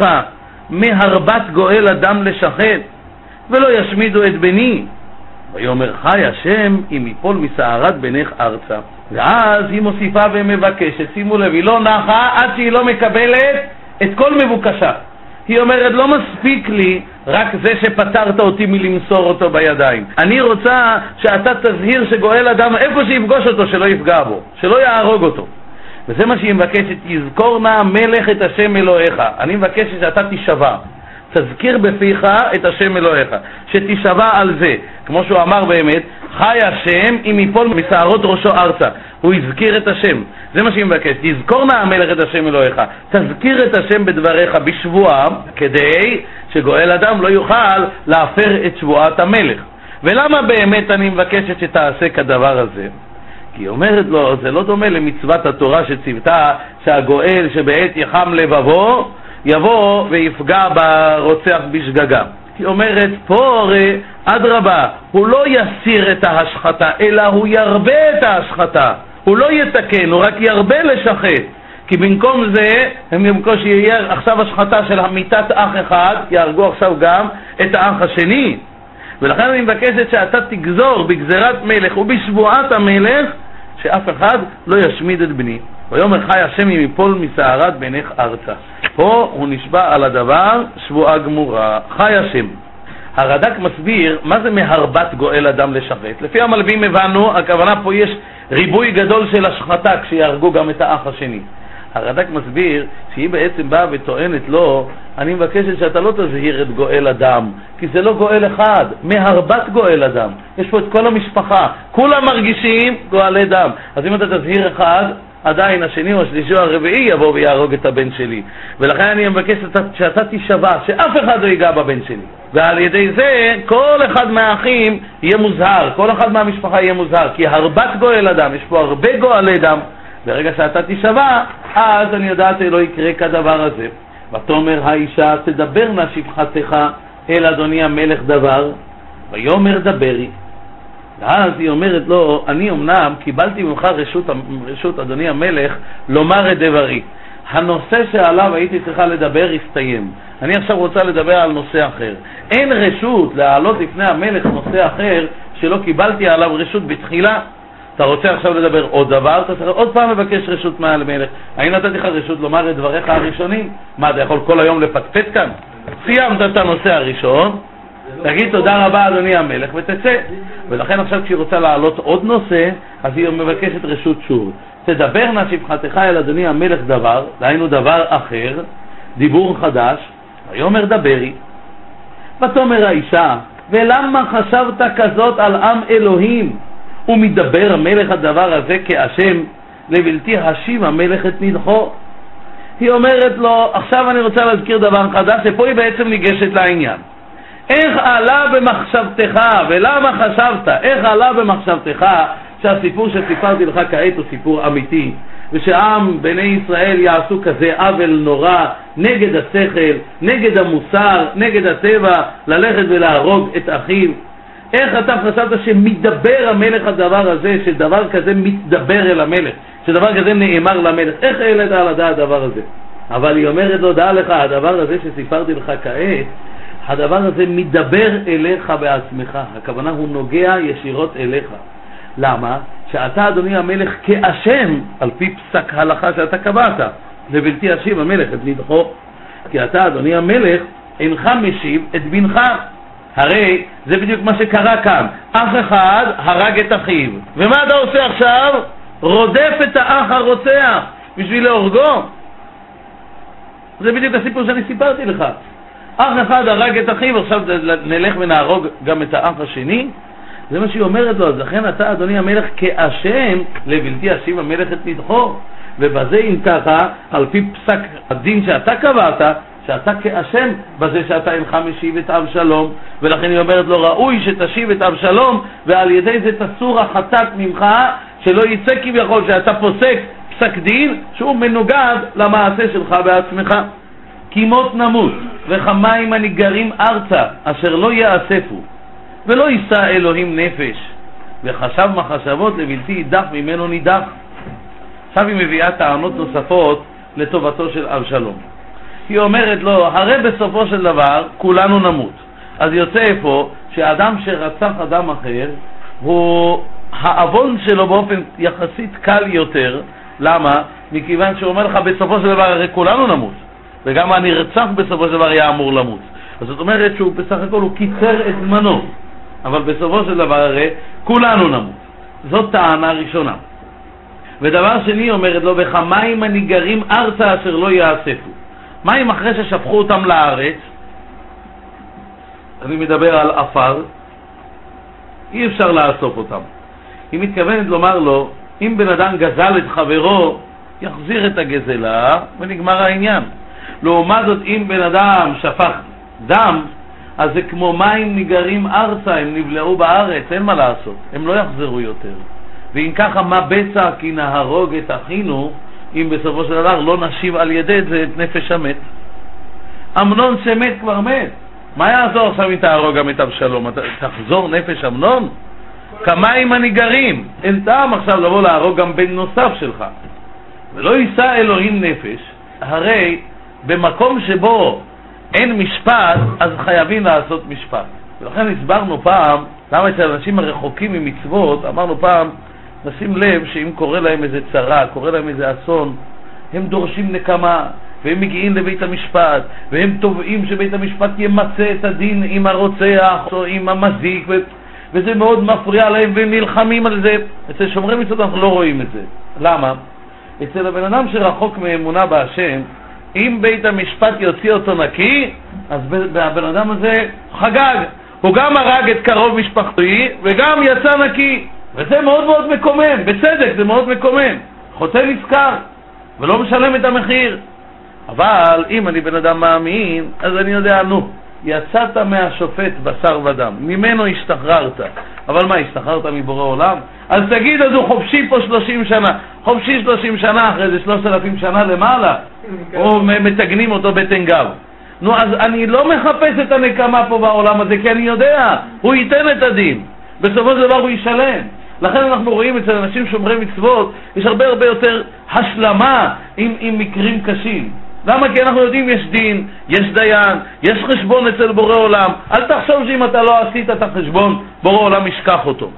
מהרבת גואל אדם לשחט, ולא ישמידו את בני. ויאמר חי השם, אם יפול מסערת בנך ארצה. ואז היא מוסיפה ומבקשת, שימו לב, היא לא נחה עד שהיא לא מקבלת את כל מבוקשה. היא אומרת, לא מספיק לי רק זה שפטרת אותי מלמסור אותו בידיים. אני רוצה שאתה תזהיר שגואל אדם, איפה שיפגוש אותו, שלא יפגע בו, שלא יהרוג אותו. וזה מה שהיא מבקשת, יזכור נא המלך את השם אלוהיך. אני מבקשת שאתה תשבע, תזכיר בפיך את השם אלוהיך, שתשבע על זה. כמו שהוא אמר באמת, חי השם אם יפול מסערות ראשו ארצה. הוא הזכיר את השם. זה מה שהיא מבקשת, יזכור נא המלך את השם אלוהיך, תזכיר את השם בדבריך בשבועה, כדי שגואל אדם לא יוכל להפר את שבועת המלך. ולמה באמת אני מבקשת שתעשה כדבר הזה? כי היא אומרת לו, זה לא דומה למצוות התורה שציוותה שהגואל שבעת יחם לבבו יבוא ויפגע ברוצח בשגגה. היא אומרת, פה הרי אדרבה, הוא לא יסיר את ההשחתה, אלא הוא ירבה את ההשחתה. הוא לא יתקן, הוא רק ירבה לשחט. כי במקום זה, הם במקום שיהיה עכשיו השחתה של המיטת אח אחד, יהרגו עכשיו גם את האח השני. ולכן אני מבקשת שאתה תגזור בגזרת מלך ובשבועת המלך, שאף אחד לא ישמיד את בני. ויאמר חי השם אם יפול מסערת בנך ארצה. פה הוא נשבע על הדבר שבועה גמורה. חי השם. הרד"ק מסביר מה זה מהרבת גואל אדם לשחט. לפי המלבים הבנו, הכוונה פה יש ריבוי גדול של השחתה כשיהרגו גם את האח השני. הרד"ק מסביר שהיא בעצם באה וטוענת לו, אני מבקשת שאתה לא תזהיר את גואל אדם, כי זה לא גואל אחד, מהרבת גואל אדם. יש פה את כל המשפחה, כולם מרגישים גואלי דם. אז אם אתה תזהיר אחד, עדיין השני או השלישי או הרביעי יבוא ויהרוג את הבן שלי. ולכן אני מבקש שאתה תשבע, שאף אחד לא ייגע בבן שלי. ועל ידי זה כל אחד מהאחים יהיה מוזהר, כל אחד מהמשפחה יהיה מוזהר, כי הרבת גואל אדם, יש פה הרבה גואלי דם. ברגע שאתה תשבע, אז אני יודעת שלא יקרה כדבר הזה. ותאמר האישה, תדבר נא שפחתך אל אדוני המלך דבר, ויאמר דברי. ואז היא אומרת לו, אני אמנם קיבלתי ממך רשות, רשות אדוני המלך לומר את דברי. הנושא שעליו הייתי צריכה לדבר הסתיים. אני עכשיו רוצה לדבר על נושא אחר. אין רשות להעלות לפני המלך נושא אחר שלא קיבלתי עליו רשות בתחילה. אתה רוצה עכשיו לדבר עוד דבר, אתה צריך עוד פעם מבקש רשות מעל מלך. האם נתתי לך רשות לומר את דבריך הראשונים? מה, אתה יכול כל היום לפטפט כאן? סיימת את הנושא הראשון, תגיד תודה רבה אדוני המלך ותצא. ולכן עכשיו כשהיא רוצה להעלות עוד נושא, אז היא מבקשת רשות שוב. תדבר נא שפחתך אל אדוני המלך דבר, דהיינו דבר אחר, דיבור חדש, ויאמר דברי. ותאמר האישה, ולמה חשבת כזאת על עם אלוהים? ומדבר המלך הדבר הזה כאשם, לבלתי השיב המלך את נדחו. היא אומרת לו, עכשיו אני רוצה להזכיר דבר חדש, שפה היא בעצם ניגשת לעניין. איך עלה במחשבתך, ולמה חשבת, איך עלה במחשבתך, שהסיפור שסיפרתי לך כעת הוא סיפור אמיתי, ושעם בני ישראל יעשו כזה עוול נורא, נגד השכל, נגד המוסר, נגד הטבע, ללכת ולהרוג את אחיו. איך אתה חשבת שמדבר המלך הדבר הזה, שדבר כזה מתדבר אל המלך, שדבר כזה נאמר למלך? איך העלית על הדעת הדבר הזה? אבל היא אומרת לו, דע לך, הדבר הזה שסיפרתי לך כעת, הדבר הזה מדבר אליך בעצמך. הכוונה הוא נוגע ישירות אליך. למה? שאתה אדוני המלך כאשם על פי פסק ההלכה שאתה קבעת, לבלתי אשיב המלך את נידחו, כי אתה אדוני המלך אינך משיב את בנך. הרי זה בדיוק מה שקרה כאן, אח אחד הרג את אחיו, ומה אתה עושה עכשיו? רודף את האח הרוצח בשביל להורגו. זה בדיוק הסיפור שאני סיפרתי לך, אח אחד הרג את אחיו, עכשיו נלך ונהרוג גם את האח השני. זה מה שהיא אומרת לו. אז לכן אתה אדוני המלך כאשם לבלתי אשיב המלך את נידחו, ובזה אם ככה על פי פסק הדין שאתה קבעת שאתה כאשם בזה שאתה אינך משיב את אבשלום, ולכן היא אומרת לו ראוי שתשיב את אבשלום, ועל ידי זה תסור החטאת ממך, שלא יצא כביכול שאתה פוסק פסק דין שהוא מנוגד למעשה שלך בעצמך. כי מות נמות וחמיים הניגרים ארצה אשר לא יאספו, ולא יישא אלוהים נפש, וחשב מחשבות לבלתי יידח ממנו נידח. עכשיו היא מביאה טענות נוספות לטובתו של אבשלום. היא אומרת לו, הרי בסופו של דבר כולנו נמות. אז יוצא איפה שאדם שרצח אדם אחר, הוא העוון שלו באופן יחסית קל יותר. למה? מכיוון שהוא אומר לך בסופו של דבר הרי כולנו נמות, וגם הנרצח בסופו של דבר היה אמור למות. אז זאת אומרת שהוא בסך הכל הוא קיצר את זמנו, אבל בסופו של דבר הרי כולנו נמות. זאת טענה ראשונה. ודבר שני אומרת לו, וחמיים הניגרים ארצה אשר לא יאספו. מים אחרי ששפכו אותם לארץ, אני מדבר על אפר, אי אפשר לאסוף אותם. היא מתכוונת לומר לו, אם בן אדם גזל את חברו, יחזיר את הגזלה ונגמר העניין. לעומת זאת, אם בן אדם שפך דם, אז זה כמו מים ניגרים ארצה, הם נבלעו בארץ, אין מה לעשות, הם לא יחזרו יותר. ואם ככה, מה בצע כי נהרוג את אחינו, אם בסופו של דבר לא נשיב על ידי זה את נפש המת. אמנון שמת כבר מת, מה יעזור עכשיו אם תהרוג גם את אבשלום? תחזור נפש אמנון? כמיים הניגרים, אין טעם עכשיו לבוא להרוג גם בן נוסף שלך. ולא יישא אלוהים נפש. הרי במקום שבו אין משפט, אז חייבים לעשות משפט. ולכן הסברנו פעם למה אצל אנשים הרחוקים ממצוות, אמרנו פעם, נשים לב שאם קורה להם איזה צרה, קורה להם איזה אסון, הם דורשים נקמה, והם מגיעים לבית המשפט, והם תובעים שבית המשפט ימצא את הדין עם הרוצח או עם המזיק, ו... וזה מאוד מפריע להם, והם נלחמים על זה. אצל שומרי מצוות אנחנו לא רואים את זה. למה? אצל הבן אדם שרחוק מאמונה בהשם, אם בית המשפט יוציא אותו נקי, אז הבן אדם הזה חגג. הוא גם הרג את קרוב משפחתי, וגם יצא נקי. וזה מאוד מאוד מקומם, בצדק זה מאוד מקומם. חוטא נזכר, ולא משלם את המחיר. אבל אם אני בן אדם מאמין, אז אני יודע, נו, יצאת מהשופט בשר ודם, ממנו השתחררת. אבל מה, השתחררת מבורא עולם? אז תגיד, אז הוא חופשי פה שלושים שנה. חופשי שלושים שנה, אחרי זה שלושת אלפים שנה למעלה, או מתגנים אותו בטן גב. נו, אז אני לא מחפש את הנקמה פה בעולם הזה, כי אני יודע, הוא ייתן את הדין. בסופו של דבר הוא ישלם. לכן אנחנו רואים אצל אנשים שומרי מצוות, יש הרבה הרבה יותר השלמה עם, עם מקרים קשים. למה? כי אנחנו יודעים יש דין, יש דיין, יש חשבון אצל בורא עולם. אל תחשוב שאם אתה לא עשית את החשבון, בורא עולם ישכח אותו.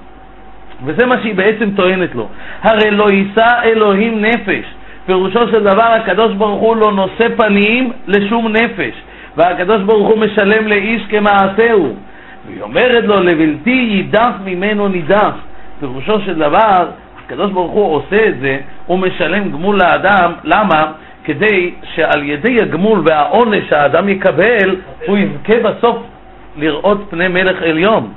וזה מה שהיא בעצם טוענת לו. הרי לא יישא אלוהים נפש. פירושו של דבר, הקדוש ברוך הוא לא נושא פנים לשום נפש. והקדוש ברוך הוא משלם לאיש כמעשהו. והיא אומרת לו, לבלתי יידח ממנו נידח. פירושו של דבר, הקדוש ברוך הוא עושה את זה, הוא משלם גמול לאדם. למה? כדי שעל ידי הגמול והעונש שהאדם יקבל, הוא יזכה בסוף לראות פני מלך עליון.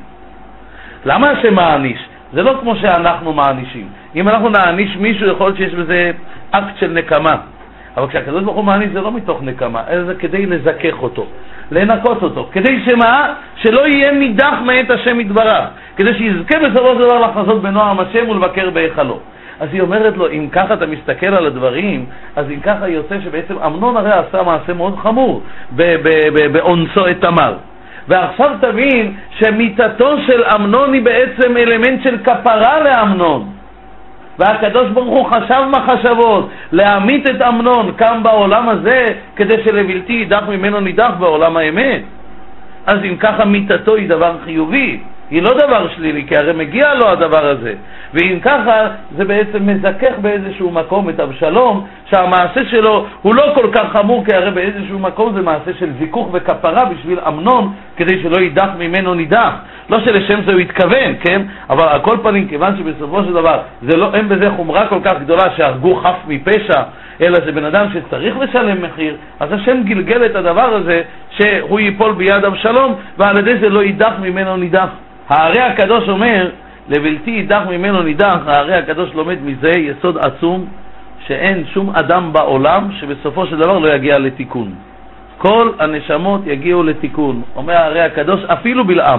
למה שמעניש? זה לא כמו שאנחנו מענישים. אם אנחנו נעניש מישהו, יכול להיות שיש בזה אקט של נקמה. אבל כשהקדוש ברוך הוא מעניש, זה לא מתוך נקמה, אלא זה כדי לזכך אותו, לנקות אותו, כדי שמה? שלא יהיה נידח מאת השם יתברך, כדי שיזכה בסופו של דבר לחזות בנועם השם ולבקר בהיכלו. אז היא אומרת לו, אם ככה אתה מסתכל על הדברים, אז אם ככה יוצא שבעצם אמנון הרי עשה מעשה מאוד חמור באונסו את תמר. ועכשיו תבין שמיתתו של אמנון היא בעצם אלמנט של כפרה לאמנון. והקדוש ברוך הוא חשב מחשבות להמית את אמנון כאן בעולם הזה, כדי שלבלתי יידח ממנו נידח בעולם האמת. אז אם ככה מיתתו היא דבר חיובי, היא לא דבר שלילי, כי הרי מגיע לו הדבר הזה. ואם ככה, זה בעצם מזכך באיזשהו מקום את אבשלום, שהמעשה שלו הוא לא כל כך חמור, כי הרי באיזשהו מקום זה מעשה של זיכוך וכפרה בשביל אמנון, כדי שלא יידח ממנו נידח. לא שלשם זה הוא התכוון, כן? אבל על כל פנים, כיוון שבסופו של דבר, זה לא, אין בזה חומרה כל כך גדולה שהרגו חף מפשע, אלא זה בן אדם שצריך לשלם מחיר, אז השם גלגל את הדבר הזה שהוא ייפול ביד אבשלום, ועל ידי זה לא יידח ממנו נידח. הארי הקדוש אומר, לבלתי יידח ממנו נידח, הארי הקדוש לומד מזה יסוד עצום, שאין שום אדם בעולם שבסופו של דבר לא יגיע לתיקון. כל הנשמות יגיעו לתיקון. אומר הארי הקדוש, אפילו בלעם.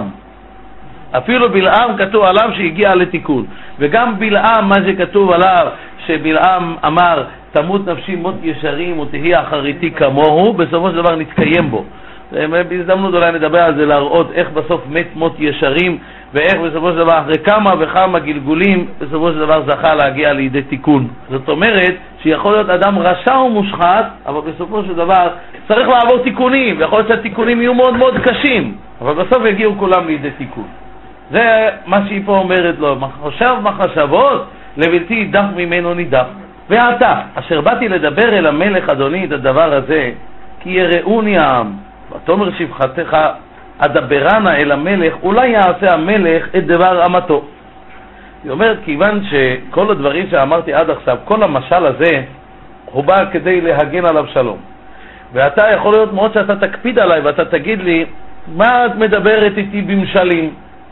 אפילו בלעם כתוב עליו שהגיע לתיקון. וגם בלעם, מה שכתוב עליו, שבלעם אמר, תמות נפשי מות ישרים ותהי אחריתי כמוהו, בסופו של דבר נתקיים בו. בהזדמנות אולי נדבר על זה, להראות איך בסוף מת מות ישרים, ואיך בסופו של דבר אחרי כמה וכמה גלגולים בסופו של דבר זכה להגיע לידי תיקון. זאת אומרת שיכול להיות אדם רשע ומושחת, אבל בסופו של דבר צריך לעבור תיקונים, ויכול להיות שהתיקונים יהיו מאוד מאוד קשים, אבל בסוף יגיעו כולם לידי תיקון. זה מה שהיא פה אומרת לו, חושב מחשבות לבלתי יידח ממנו נידח. ועתה אשר באתי לדבר אל המלך אדוני את הדבר הזה, כי יראוני העם, ותאמר שפחתך אדברנה אל המלך, אולי יעשה המלך את דבר אמתו. היא אומרת, כיוון שכל הדברים שאמרתי עד עכשיו, כל המשל הזה הוא בא כדי להגן על אבשלום, ואתה יכול להיות מאוד שאתה תקפיד עליי ואתה תגיד לי, מה את מדברת איתי במשלים?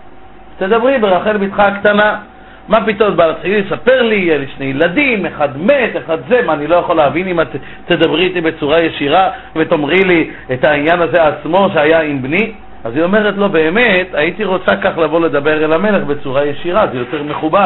תדברי ברחל בתך הקטנה. מה פתאום בא להתחיל לספר לי, יהיה לי שני ילדים, אחד מת, אחד זה, מה אני לא יכול להבין אם את תדברי איתי בצורה ישירה ותאמרי לי את העניין הזה עצמו שהיה עם בני? אז היא אומרת לו, באמת הייתי רוצה כך לבוא לדבר אל המלך בצורה ישירה, זה יותר מכובד,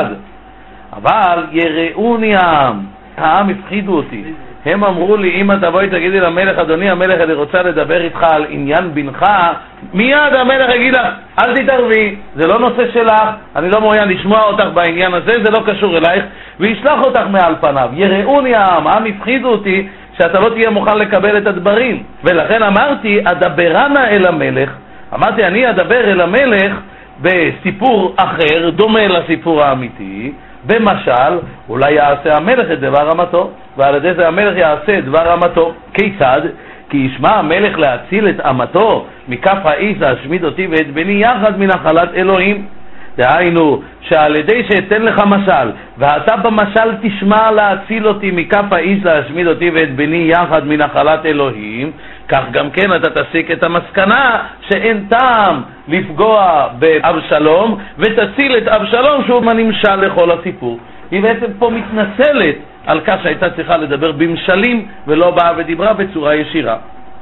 אבל יראוני העם, העם הפחידו אותי, הם אמרו לי, אם אתה בואי תגידי למלך, אדוני המלך, אני רוצה לדבר איתך על עניין בנך, מיד המלך יגיד לך, אל תתערבי, זה לא נושא שלך, אני לא מעוניין לשמוע אותך בעניין הזה, זה לא קשור אלייך, וישלח אותך מעל פניו. יראוני העם, העם הפחידו אותי שאתה לא תהיה מוכן לקבל את הדברים, ולכן אמרתי, אדברנה אל המלך, אמרתי, אני אדבר אל המלך בסיפור אחר, דומה לסיפור האמיתי, במשל, אולי יעשה המלך את דבר אמתו, ועל ידי זה המלך יעשה את דבר אמתו. כיצד? כי ישמע המלך להציל את אמתו מכף האיש להשמיד אותי ואת בני יחד מנחלת אלוהים. דהיינו, שעל ידי שאתן לך משל, ואתה במשל תשמע להציל אותי מכף האיש להשמיד אותי ואת בני יחד מנחלת אלוהים, כך גם כן אתה תסיק את המסקנה שאין טעם לפגוע באבשלום, ותציל את אבשלום שהוא הנמשל לכל הסיפור. היא בעצם פה מתנצלת על כך שהייתה צריכה לדבר במשלים ולא באה ודיברה בצורה ישירה.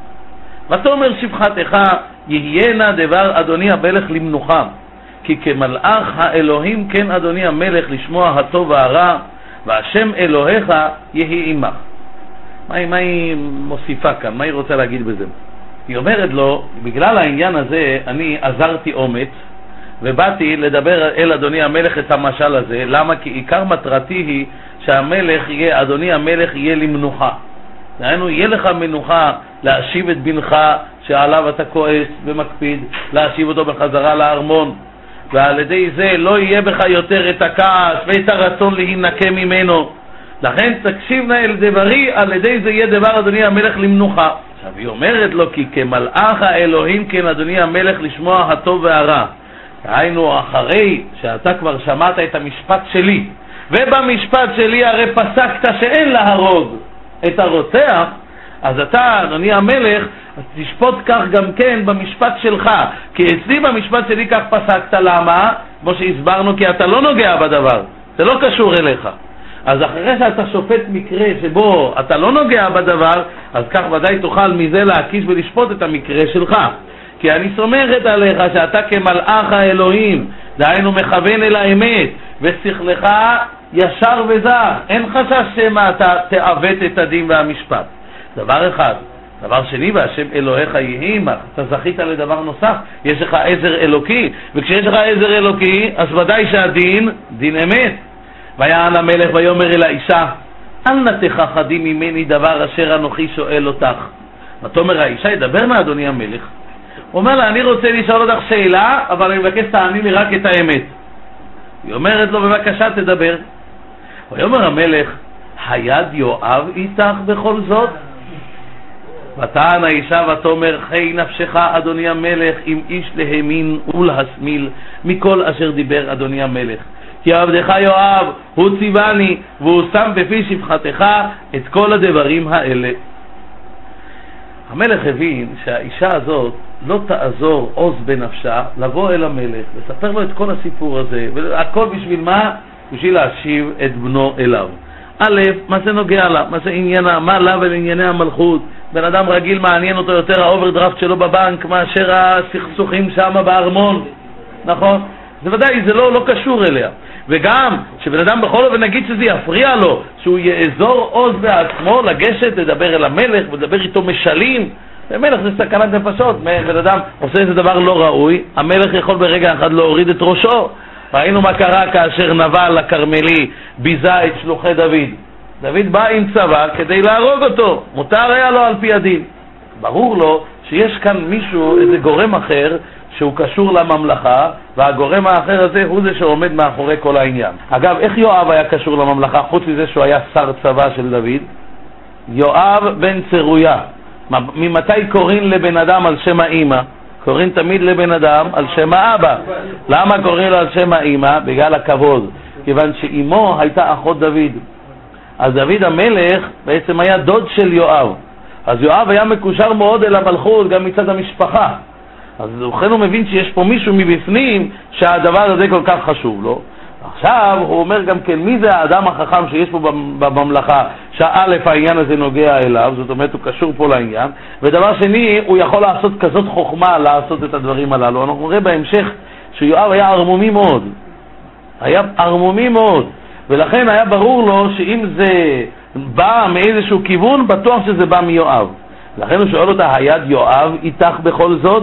ותאמר שפחתך יהיינה דבר אדוני המלך למנוחה, כי כמלאך האלוהים כן אדוני המלך לשמוע הטוב והרע, והשם אלוהיך יהי עמך. מה, מה היא מוסיפה כאן? מה היא רוצה להגיד בזה? היא אומרת לו, בגלל העניין הזה אני עזרתי אומץ ובאתי לדבר אל אדוני המלך את המשל הזה. למה? כי עיקר מטרתי היא שהמלך יהיה, אדוני המלך יהיה למנוחה. דהיינו, יהיה לך מנוחה להשיב את בנך שעליו אתה כועס ומקפיד, להשיב אותו בחזרה לארמון, ועל ידי זה לא יהיה בך יותר את הכעס ואת הרצון להינקה ממנו. לכן תקשיב נא אל דברי, על ידי זה יהיה דבר אדוני המלך למנוחה. עכשיו היא אומרת לו, כי כמלאך האלוהים כן אדוני המלך לשמוע הטוב והרע. היינו, אחרי שאתה כבר שמעת את המשפט שלי, ובמשפט שלי הרי פסקת שאין להרוג את הרוצח, אז אתה אדוני המלך תשפוט כך גם כן במשפט שלך, כי אצלי במשפט שלי כך פסקת. למה? כמו שהסברנו, כי אתה לא נוגע בדבר, זה לא קשור אליך. אז אחרי שאתה שופט מקרה שבו אתה לא נוגע בדבר, אז כך ודאי תוכל מזה להקיש ולשפוט את המקרה שלך. כי אני סומכת עליך שאתה כמלאך האלוהים, דהיינו מכוון אל האמת, ושכלך ישר וזך, אין חשש שמה אתה תעוות את הדין והמשפט. דבר אחד. דבר שני, והשם אלוהיך יהי עמך, אתה זכית לדבר נוסף, יש לך עזר אלוקי, וכשיש לך עזר אלוקי, אז ודאי שהדין, דין אמת. ויען המלך ויאמר אל האישה, אל נא תכחדי ממני דבר אשר אנוכי שואל אותך. ותאמר האישה, ידבר נא אדוני המלך. הוא אומר לה, אני רוצה לשאול אותך שאלה, אבל אני מבקש תעני לי רק את האמת. היא אומרת לו, בבקשה תדבר. ויאמר המלך, היד יואב איתך בכל זאת? ותען האישה ותאמר, חי נפשך אדוני המלך, אם איש להמין ולהשמיל מכל אשר דיבר אדוני המלך. כי עבדך יואב הוא ציווני, והוא שם בפי שפחתך את כל הדברים האלה. המלך הבין שהאישה הזאת לא תעזור עוז בנפשה לבוא אל המלך, לספר לו את כל הסיפור הזה, והכל בשביל מה? בשביל להשיב את בנו אליו. א', מה זה נוגע לה? מה זה עניינה? מה לה ולענייני המלכות? בן אדם רגיל מעניין אותו יותר האוברדרפט שלו בבנק מאשר הסכסוכים שם בארמון, נכון? זה ודאי, זה לא, לא קשור אליה. וגם, שבן אדם בכל אופן נגיד שזה יפריע לו, שהוא יאזור עוז בעצמו לגשת, לדבר אל המלך, ולדבר איתו משלים. המלך זה סכנת נפשות, בן אדם עושה איזה דבר לא ראוי, המלך יכול ברגע אחד להוריד את ראשו. ראינו מה קרה כאשר נבל הכרמלי ביזה את שלוחי דוד. דוד בא עם צבא כדי להרוג אותו, מותר היה לו על פי הדין. ברור לו שיש כאן מישהו, איזה גורם אחר, שהוא קשור לממלכה, והגורם האחר הזה הוא זה שעומד מאחורי כל העניין. אגב, איך יואב היה קשור לממלכה, חוץ מזה שהוא היה שר צבא של דוד? יואב בן צרויה. ממתי קוראים לבן אדם על שם האמא? קוראים תמיד לבן אדם על שם האבא. למה קוראים לו על שם האמא? בגלל הכבוד. כיוון שאימו הייתה אחות דוד. אז דוד המלך בעצם היה דוד של יואב. אז יואב היה מקושר מאוד אל המלכות, גם מצד המשפחה. אז לכן הוא מבין שיש פה מישהו מבפנים שהדבר הזה כל כך חשוב לו. עכשיו הוא אומר גם כן, מי זה האדם החכם שיש פה בממלכה, שא' העניין הזה נוגע אליו, זאת אומרת הוא קשור פה לעניין, ודבר שני, הוא יכול לעשות כזאת חוכמה לעשות את הדברים הללו. אנחנו נראה בהמשך שיואב היה ערמומי מאוד, היה ערמומי מאוד, ולכן היה ברור לו שאם זה בא מאיזשהו כיוון, בטוח שזה בא מיואב. לכן הוא שואל אותה, היד יואב איתך בכל זאת?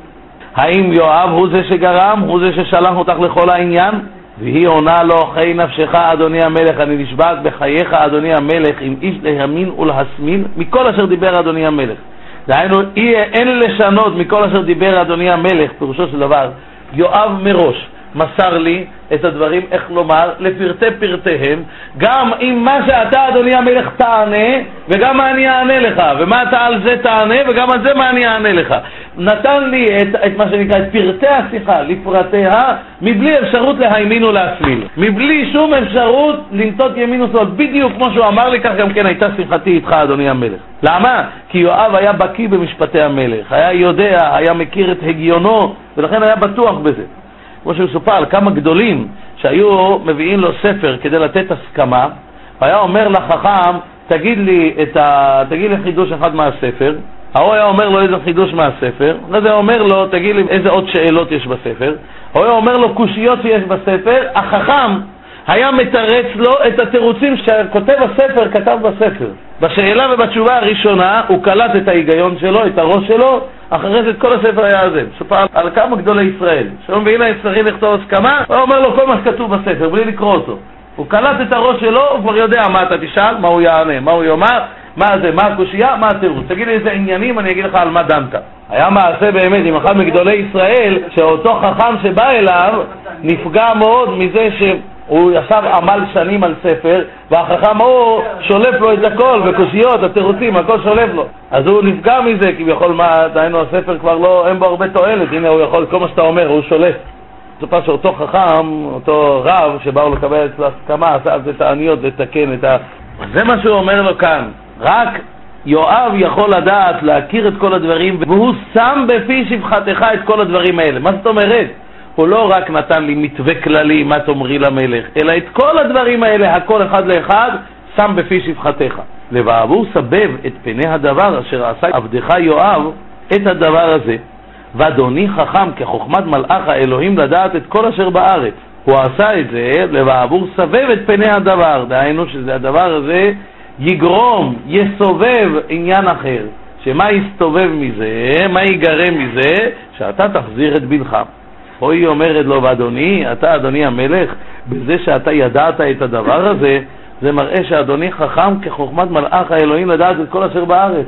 האם יואב הוא זה שגרם, הוא זה ששלח אותך לכל העניין? והיא עונה לו, חי נפשך אדוני המלך, אני נשבעת בחייך אדוני המלך, אם איש להמין ולהשמין מכל אשר דיבר אדוני המלך. דהיינו, אין לשנות מכל אשר דיבר אדוני המלך, פירושו של דבר, יואב מראש מסר לי את הדברים, איך לומר, לפרטי פרטיהם, גם אם מה שאתה אדוני המלך תענה, וגם מה אני אענה לך, ומה אתה על זה תענה, וגם על זה מה אני אענה לך. נתן לי את, את מה שנקרא, את פרטי השיחה, לפרטיה, מבלי אפשרות להימין ולהשמיל. מבלי שום אפשרות לנטות ימין ושמאל. בדיוק כמו שהוא אמר לי, כך גם כן הייתה שיחתי איתך אדוני המלך. למה? כי יואב היה בקיא במשפטי המלך, היה יודע, היה מכיר את הגיונו, ולכן היה בטוח בזה. כמו שמסופר על כמה גדולים שהיו מביאים לו ספר כדי לתת הסכמה, והיה אומר לחכם, תגיד לי, את ה... תגיד לי חידוש אחד מהספר. הוא היה אומר לו איזה חידוש מהספר, אחרי זה אומר לו, תגיד לי איזה עוד שאלות יש בספר. הוא היה אומר לו קושיות שיש בספר. החכם היה מתרץ לו את התירוצים שכותב הספר כתב בספר. בשאלה ובתשובה הראשונה הוא קלט את ההיגיון שלו, את הראש שלו, אחרי זה את כל הספר היה הזה. סופר על כמה גדולי ישראל שאומרים והנה יצטרכי לכתוב הסכמה, הוא אומר לו כל מה שכתוב בספר בלי לקרוא אותו. הוא קלט את הראש שלו, הוא כבר יודע מה אתה תשאל, מה הוא יענה, מה הוא יאמר, מה זה, מה הקושייה, מה התירוץ. תגיד לי איזה עניינים, אני אגיד לך על מה דנת. היה מעשה באמת עם אחד מגדולי ישראל, שאותו חכם שבא אליו נפגע מאוד מזה שהוא ישב עמל שנים על ספר, והחכם הוא שולף לו את הכל, וקושיות, התירוצים, הכל שולף לו. אז הוא נפגע מזה, כי בכל מה, דיינו הספר כבר לא, אין בו הרבה תועלת, הנה הוא יכול, כל מה שאתה אומר, הוא שולף. סופר שאותו חכם, אותו רב שבאו לקבל את ההסכמה, עשה על זה תעניות ותקן את ה... זה מה שהוא אומר לו כאן. רק יואב יכול לדעת להכיר את כל הדברים, והוא שם בפי שפחתך את כל הדברים האלה. מה זאת אומרת? הוא לא רק נתן לי מתווה כללי מה תאמרי למלך, אלא את כל הדברים האלה, הכל אחד לאחד, שם בפי שפחתך. ובעבור סבב את פני הדבר אשר עשה עבדך יואב את הדבר הזה. ואדוני חכם כחוכמת מלאך האלוהים לדעת את כל אשר בארץ. הוא עשה את זה לבעבור סבב את פני הדבר, דהיינו שזה הדבר הזה יגרום, יסובב עניין אחר. שמה יסתובב מזה, מה ייגרם מזה? שאתה תחזיר את בנך. או היא אומרת לו, ואדוני, אתה אדוני המלך, בזה שאתה ידעת את הדבר הזה, זה מראה שאדוני חכם כחוכמת מלאך האלוהים לדעת את כל אשר בארץ.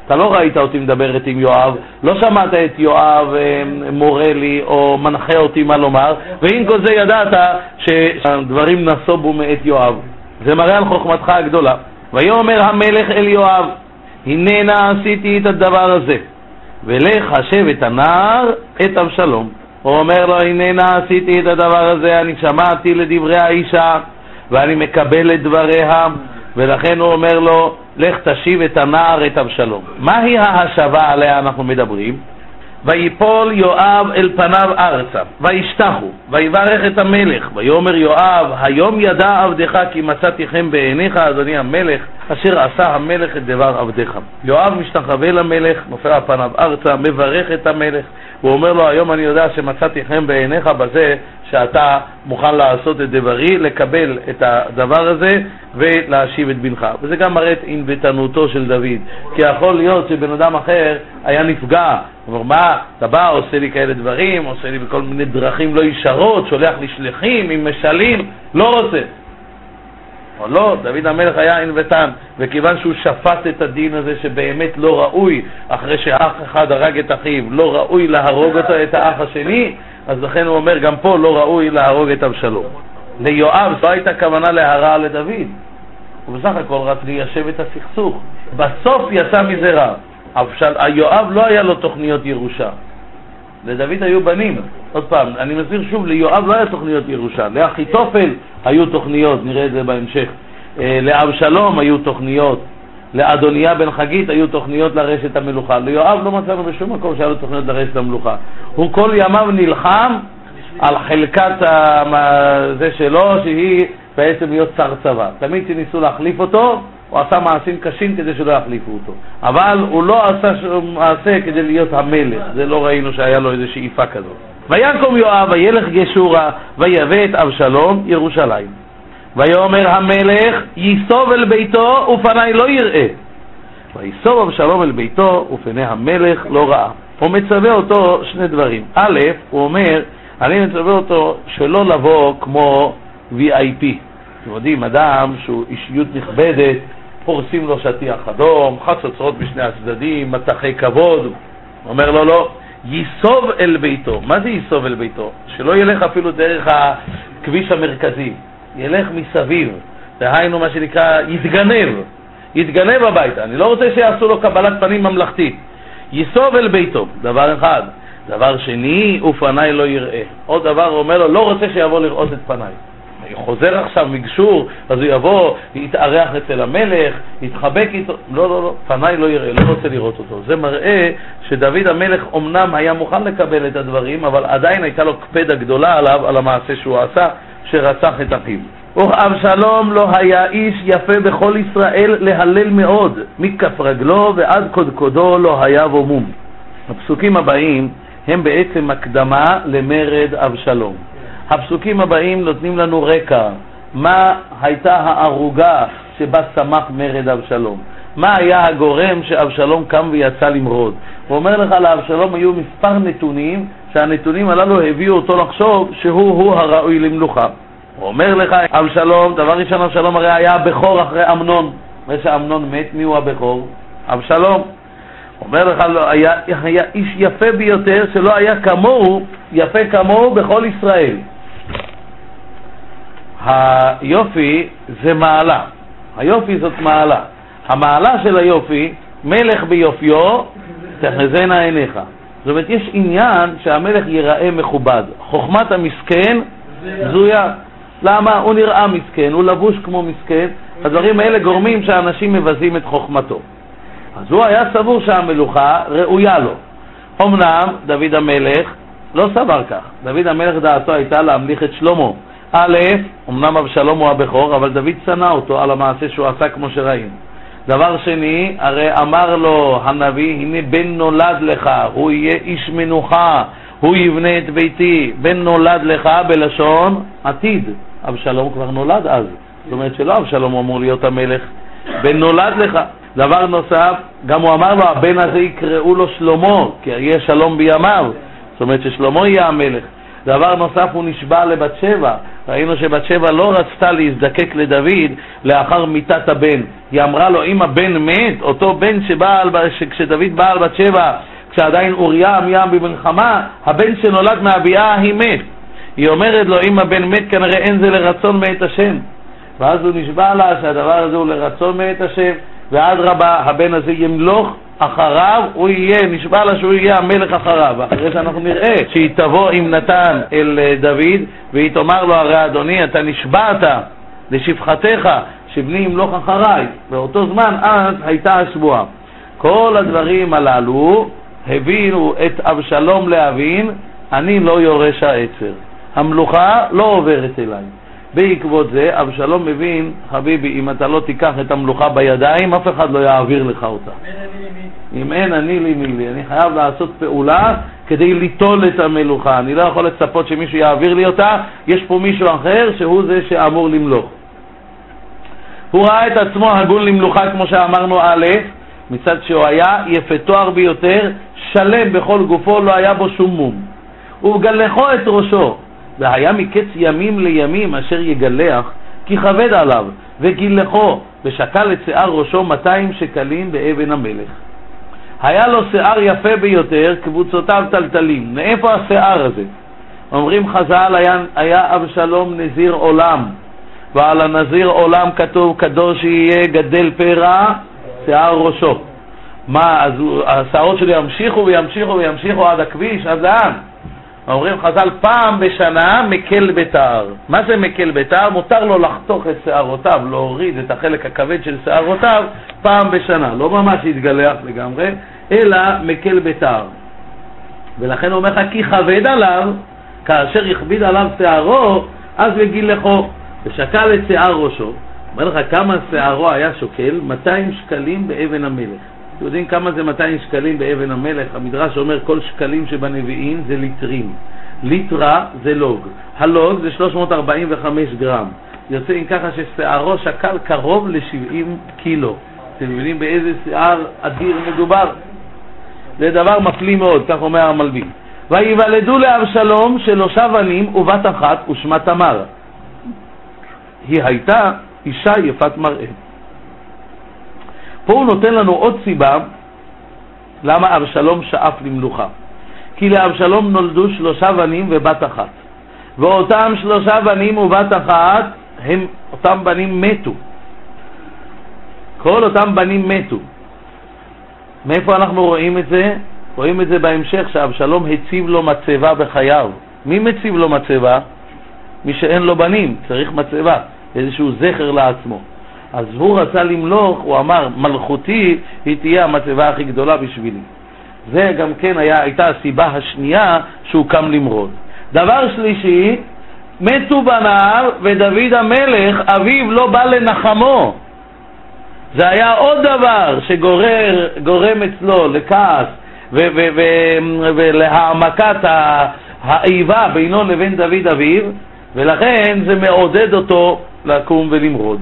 אתה לא ראית אותי מדברת עם יואב, לא שמעת את יואב מורה לי או מנחה אותי מה לומר, ועם כל זה ידעת שהדברים נסובו מאת יואב. זה מראה על חוכמתך הגדולה. ויאמר המלך אל יואב, הננה עשיתי את הדבר הזה, ולך חשב את הנער את אבשלום. הוא אומר לו, הננה עשיתי את הדבר הזה, אני שמעתי לדברי האישה ואני מקבל את דבריה, ולכן הוא אומר לו, לך תשיב את הנער את אבשלום. מהי ההשבה עליה אנחנו מדברים? ויפול יואב אל פניו ארצה, וישתחו, ויברך את המלך, ויאמר יואב, היום ידע עבדך כי מצאתי חן בעיניך, אדוני המלך, אשר עשה המלך את דבר עבדך. יואב משתחווה למלך, נופל על פניו ארצה, מברך את המלך, הוא אומר לו, היום אני יודע שמצאתי חן בעיניך בזה שאתה מוכן לעשות את דברי, לקבל את הדבר הזה ולהשיב את בנך. וזה גם מראה את ענוותנותו של דוד, כי יכול להיות שבן אדם אחר היה נפגע, אומר, מה, אתה בא, עושה לי כאלה דברים, עושה לי בכל מיני דרכים לא ישרות, שולח לי שליחים עם משלים, לא רוצה. או לא, דוד המלך היה ענוותן, וכיוון שהוא שפט את הדין הזה שבאמת לא ראוי, אחרי שאח אחד הרג את אחיו, לא ראוי להרוג אותו את האח השני, אז לכן הוא אומר, גם פה לא ראוי להרוג את אבשלום. ליואב לא הייתה כוונה להרע לדוד, ובסך הכל רק ליישב את הסכסוך. בסוף יצא מזה רע. אבשל... יואב לא היה לו תוכניות ירושה, לדוד היו בנים. עוד פעם, אני מסביר שוב, ליואב לא היה תוכניות ירושה, לאחיתופל היו תוכניות, נראה את זה בהמשך, לאבשלום היו תוכניות, לאדוניה בן חגית היו תוכניות לרשת המלוכה. ליואב לא מצאנו בשום מקום שהיה לו תוכניות לרשת המלוכה. הוא כל ימיו נלחם על חלקת זה שלו, שהיא בעצם להיות שר צבא. תמיד שניסו להחליף אותו, הוא עשה מעשים קשים כדי שלא יחליפו אותו, אבל הוא לא עשה מעשה כדי להיות המלך. זה לא ראינו שהיה לו איזו שאיפה כזאת. ויקום יואב וילך גשורה ויבא את אבשלום ירושלים. ויאמר המלך, ייסוב אל ביתו ופני לא יראה. ויסוב אבשלום אל ביתו ופני המלך לא ראה. הוא מצווה אותו שני דברים. א', הוא אומר, אני מצווה אותו שלא לבוא כמו וי איי פי. אתם יודעים, אדם שהוא אישיות נכבדת, פורסים לו שטיח אדום, חצוצרות בשני הצדדים, מטחי כבוד. הוא אומר לו, לא, ייסוב אל ביתו. מה זה ייסוב אל ביתו? שלא ילך אפילו דרך הכביש המרכזי, ילך מסביב. דהיינו מה שנקרא, יתגנב. יתגנב הביתה. אני לא רוצה שיעשו לו קבלת פנים ממלכתית. ייסוב אל ביתו, דבר אחד. דבר שני, ופני לא יראה. עוד דבר, הוא אומר לו, לא רוצה שיבוא לראות את פניי. הוא חוזר עכשיו מגשור, אז הוא יבוא, יתארח אצל המלך, יתחבק איתו. לא, לא, לא, פניי לא יראה, לא רוצה לראות אותו. זה מראה שדוד המלך אומנם היה מוכן לקבל את הדברים, אבל עדיין הייתה לו קפדה גדולה עליו, על המעשה שהוא עשה, שרצח את אחיו. אבשלום לא היה איש יפה בכל ישראל להלל מאוד, מכף רגלו ועד קודקודו לא היה בו מום. הפסוקים הבאים הם בעצם הקדמה למרד אבשלום. הפסוקים הבאים נותנים לנו רקע, מה הייתה הערוגה שבה שמח מרד אבשלום, מה היה הגורם שאבשלום קם ויצא למרוד. הוא אומר לך, לאבשלום היו מספר נתונים, שהנתונים הללו הביאו אותו לחשוב שהוא הוא הראוי למלוכה. הוא אומר לך, אבשלום, דבר ראשון, אבשלום הרי היה הבכור אחרי אמנון. אחרי שאמנון מת, מי הוא הבכור? אבשלום. הוא אומר לך, לא, היה, היה איש יפה ביותר שלא היה כמוהו, יפה כמוהו בכל ישראל. היופי זה מעלה. היופי זאת מעלה. המעלה של היופי, מלך ביופיו, תחזינה עיניך. זאת אומרת, יש עניין שהמלך ייראה מכובד. חוכמת המסכן זויה. למה? הוא נראה מסכן, הוא לבוש כמו מסכן. הדברים האלה גורמים שאנשים מבזים את חוכמתו. אז הוא היה סבור שהמלוכה ראויה לו. אמנם דוד המלך לא סבר כך. דוד המלך דעתו הייתה להמליך את שלמה. א', אמנם אבשלום הוא הבכור, אבל דוד שנא אותו על המעשה שהוא עשה כמו שראינו. דבר שני, הרי אמר לו הנביא, הנה בן נולד לך, הוא יהיה איש מנוחה, הוא יבנה את ביתי. בן נולד לך בלשון עתיד. אבשלום כבר נולד אז. זאת אומרת שלא אבשלום אמור להיות המלך. בן נולד לך. דבר נוסף, גם הוא אמר לו, הבן הזה יקראו לו שלמה, כי יהיה שלום בימיו. זאת אומרת ששלמה יהיה המלך. דבר נוסף, הוא נשבע לבת שבע. ראינו שבת שבע לא רצתה להזדקק לדוד לאחר מיתת הבן. היא אמרה לו, אם הבן מת, אותו בן שבא, כשדוד בא על בת שבע, כשעדיין אוריה עמיה במלחמה, הבן שנולד מהביאה היא מת. היא אומרת לו, אם הבן מת, כנראה אין זה לרצון מאת השם. ואז הוא נשבע לה שהדבר הזה הוא לרצון מאת השם, ועד רבה הבן הזה ימלוך אחריו, הוא יהיה, נשבע לה שהוא יהיה המלך אחריו. אחרי שאנחנו נראה שהיא תבוא עם נתן אל דוד, והיא תאמר לו, הרי אדוני, אתה נשבעת לשבחתך שבני ימלוך אחריי. באותו זמן אז הייתה השבועה. כל הדברים הללו הבינו את אבשלום להבין, אני לא יורש העצר, המלוכה לא עוברת אליי. בעקבות זה אבשלום מבין, חביבי, אם אתה לא תיקח את המלוכה בידיים, אף אחד לא יעביר לך אותה. אם אין אני לי מי לי, אני חייב לעשות פעולה כדי ליטול את המלוכה. אני לא יכול לצפות שמישהו יעביר לי אותה, יש פה מישהו אחר שהוא זה שאמור למלוך. הוא ראה את עצמו הגון למלוכה, כמו שאמרנו א', מצד שהוא היה יפה תואר ביותר, שלם בכל גופו, לא היה בו שום מום. ובגלחו את ראשו, והיה מקץ ימים לימים אשר יגלח, כי כבד עליו, וגילחו, ושקל את שיער ראשו מאתיים שקלים באבן המלך. היה לו שיער יפה ביותר, קבוצותיו טלטלים. מאיפה השיער הזה? אומרים חז"ל, היה, היה אבשלום נזיר עולם, ועל הנזיר עולם כתוב, קדוש יהיה גדל פרע שיער ראשו. מה, אז השערות שלי ימשיכו וימשיכו וימשיכו עד הכביש, עד לאן? אומרים חז"ל, פעם בשנה מקל בתער. מה זה מקל בתער? מותר לו לחתוך את שערותיו, להוריד את החלק הכבד של שערותיו פעם בשנה. לא ממש יתגלח לגמרי, אלא מקל בתער. ולכן הוא אומר לך, כי כבד עליו, כאשר יכביד עליו שערו, אז יגילחו, ושקל את שיער ראשו. אומר לך כמה שערו היה שוקל? מאתיים שקלים באבן המלך. אתם יודעים כמה זה מאתיים שקלים באבן המלך? המדרש אומר כל שקלים שבנביאים זה ליטרים. ליטרה זה לוג. הלוג זה שלוש מאות ארבעים וחמש גרם. יוצא עם ככה ששערו שקל קרוב ל-שבעים קילו. אתם מבינים באיזה שיער אדיר מדובר? זה דבר מפליא מאוד, כך אומר המלבים. ויוולדו לאבשלום שלושה בנים ובת אחת ושמה תמר. היא הייתה אישה יפת מראה. פה הוא נותן לנו עוד סיבה למה אבשלום שאף למלוכה. כי לאבשלום נולדו שלושה בנים ובת אחת, ואותם שלושה בנים ובת אחת הם, אותם בנים מתו. כל אותם בנים מתו. מאיפה אנחנו רואים את זה? רואים את זה בהמשך, שאבשלום הציב לו מצבה בחייו. מי מציב לו מצבה? מי שאין לו בנים, צריך מצבה, איזשהו זכר לעצמו. אז הוא רצה למלוך, הוא אמר, מלכותי היא תהיה המצבה הכי גדולה בשבילי. זה גם כן היה, הייתה הסיבה השנייה שהוא קם למרוד. דבר שלישי, מתו בניו ודוד המלך, אביו לא בא לנחמו. זה היה עוד דבר שגורר, גורם אצלו לכעס ו- ו- ו- ולהעמקת האיבה בינו לבין דוד אביו, ולכן זה מעודד אותו לקום ולמרוד.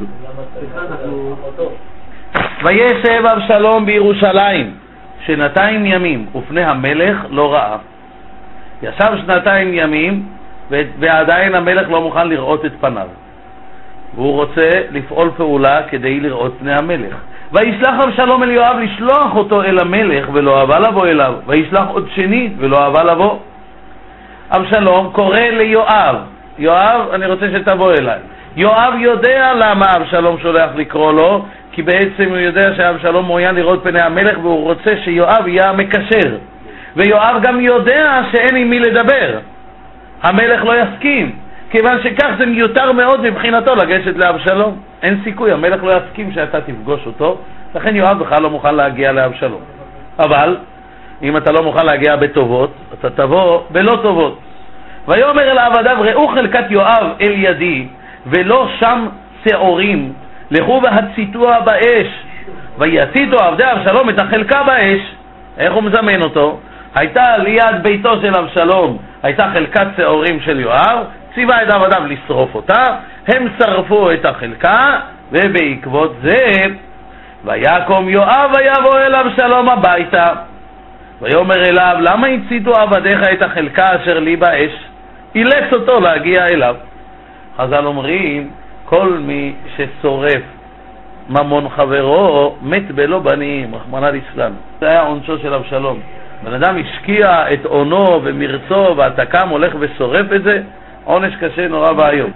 וישב אבשלום בירושלים שנתיים ימים ופני המלך לא ראה. ישב שנתיים ימים ועדיין המלך לא מוכן לראות את פניו, והוא רוצה לפעול פעולה כדי לראות פני המלך. וישלח אבשלום אל יואב לשלוח אותו אל המלך, ולא אהבה לבוא אליו. וישלח עוד שנית ולא אהבה לבוא. אבשלום קורא ליואב, יואב, אני רוצה שתבוא אליי. יואב יודע למה אבשלום שולח לקרוא לו, כי בעצם הוא יודע שאבשלום מעוניין לראות פני המלך, והוא רוצה שיואב יהיה המקשר. ויואב גם יודע שאין עם מי לדבר, המלך לא יסכים, כיוון שכך זה מיותר מאוד מבחינתו לגשת לאבשלום. אין סיכוי, המלך לא יסכים שאתה תפגוש אותו, לכן יואב בכלל לא מוכן להגיע לאבשלום. אבל אם אתה לא מוכן להגיע בטובות, אתה תבוא בלא טובות. ויאמר אל עבדיו, ראו חלקת יואב אל ידי, ולא שם שעורים, לכו והציתוה באש. ויציתו עבדי אבשלום את החלקה באש. איך הוא מזמן אותו? הייתה ליד ביתו של אבשלום, הייתה חלקת שעורים של יואב, ציווה את עבדיו לשרוף אותה, הם שרפו את החלקה, ובעקבות זה ויקום יואב ויבוא אל אבשלום הביתה. ויאמר אליו, למה הציתו עבדיך את החלקה אשר לי באש? אילץ אותו להגיע אליו. חז"ל אומרים, כל מי ששורף ממון חברו מת בלא בנים, רחמנא ליצלן. זה היה עונשו של אבשלום. בן אדם השקיע את עונו ומרצו ואתה קם הולך ושורף את זה, עונש קשה נורא ואיום.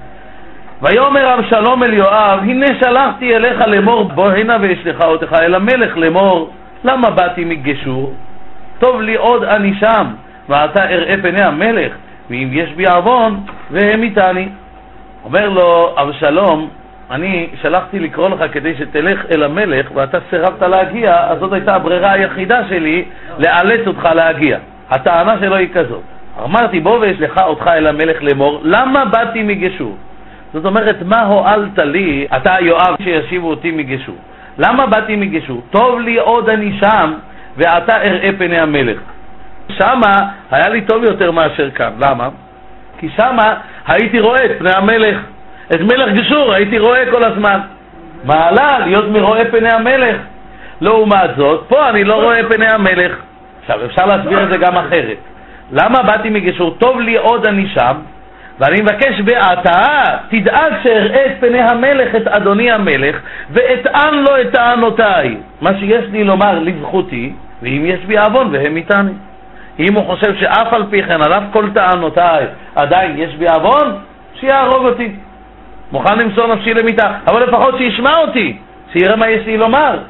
ויאמר אבשלום אל יואב, הנה שלחתי אליך לאמור, בוא הנה ואשלחה אותך אל המלך לאמור, למה באתי מגשור? טוב לי עוד אני שם, ואתה אראה פני המלך, ואם יש בי עוון והם איתני. אומר לו אבשלום, אני שלחתי לקרוא לך כדי שתלך אל המלך ואתה סירבת להגיע, אז זאת הייתה הברירה היחידה שלי לאלץ אותך להגיע. הטענה שלו היא כזאת, אמרתי בוא ואשלחה אותך אל המלך לאמור, למה באתי מגשור? זאת אומרת, מה הועלת לי, אתה יואב שישיבו אותי מגשור? למה באתי מגשור? טוב לי עוד אני שם ואתה אראה פני המלך. שמה היה לי טוב יותר מאשר כאן. למה? כי שמה הייתי רואה את פני המלך, את מלך גשור הייתי רואה כל הזמן. מעלה להיות מרואה פני המלך. לעומת זאת, פה אני לא רואה פני המלך. עכשיו אפשר להסביר את זה גם אחרת. למה באתי מגשור? טוב לי עוד אני שם, ואני מבקש בעתה, תדאג שאראה את פני המלך, את אדוני המלך, ואטען לו את טענותיי, מה שיש לי לומר לזכותי, ואם יש בי עוון והם איתני. אם הוא חושב שאף על פי כן, על אף כל טענותיי, עדיין יש בי עוון, שיהרוג אותי. מוכן למסור נפשי למיתה, אבל לפחות שישמע אותי, שיראה מה יש לי לומר.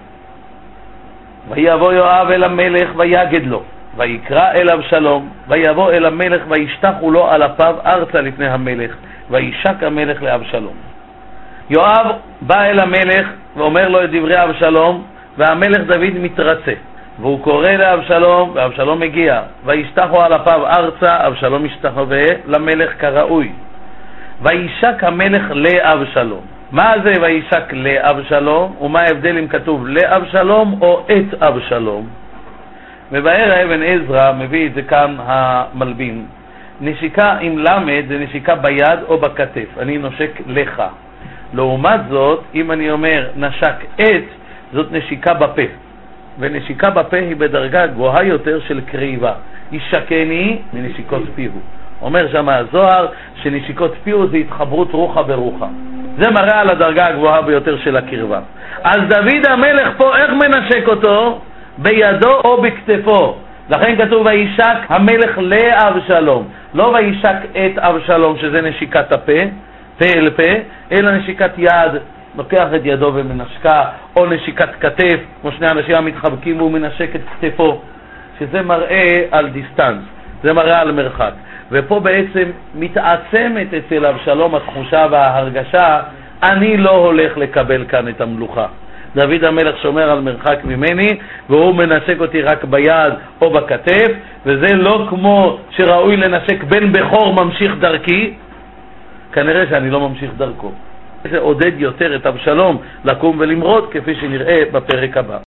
ויבוא יואב אל המלך ויגד לו, ויקרא אל אבשלום, ויבוא אל המלך וישתחו לו על אפיו ארצה לפני המלך, וישק המלך לאבשלום. יואב בא אל המלך ואומר לו את דברי אבשלום, והמלך דוד מתרצה, והוא קורא לאבשלום, ואבשלום מגיע, וישתחו על אפיו ארצה, אבשלום משתחווה למלך כראוי. וישק המלך לאבשלום. מה זה וישק לאבשלום? ומה ההבדל אם כתוב לאבשלום או את אבשלום? מבאר אבן עזרא מביא את זה כאן המלבין. נשיקה עם למד זה נשיקה ביד או בכתף, אני נושק לך. לעומת זאת, אם אני אומר נשק את, זאת נשיקה בפה, ונשיקה בפה היא בדרגה גבוהה יותר של קריבה. ישקני מנשיקות פיהו. אומר שם הזוהר שנשיקות פיהו זה התחברות רוחה ברוחה, זה מראה על הדרגה הגבוהה ביותר של הקרבה. אז דוד המלך פה איך מנשק אותו? בידו או בכתפו. לכן כתוב וישק המלך לאבשלום, לא וישק את אבשלום שזה נשיקת הפה, פה אל פה, אלא נשיקת יד, לוקח את ידו ומנשקה, או נשיקת כתף, כמו שני אנשים המתחבקים והוא מנשק את כתפו, שזה מראה על דיסטנס, זה מראה על מרחק. ופה בעצם מתעצמת אצל אבשלום התחושה וההרגשה, אני לא הולך לקבל כאן את המלוכה. דוד המלך שומר על מרחק ממני, והוא מנשק אותי רק ביד או בכתף, וזה לא כמו שראוי לנשק בן בכור ממשיך דרכי, כנראה שאני לא ממשיך דרכו. זה עודד יותר את אבשלום לקום ולמרוד, כפי שנראה בפרק הבא.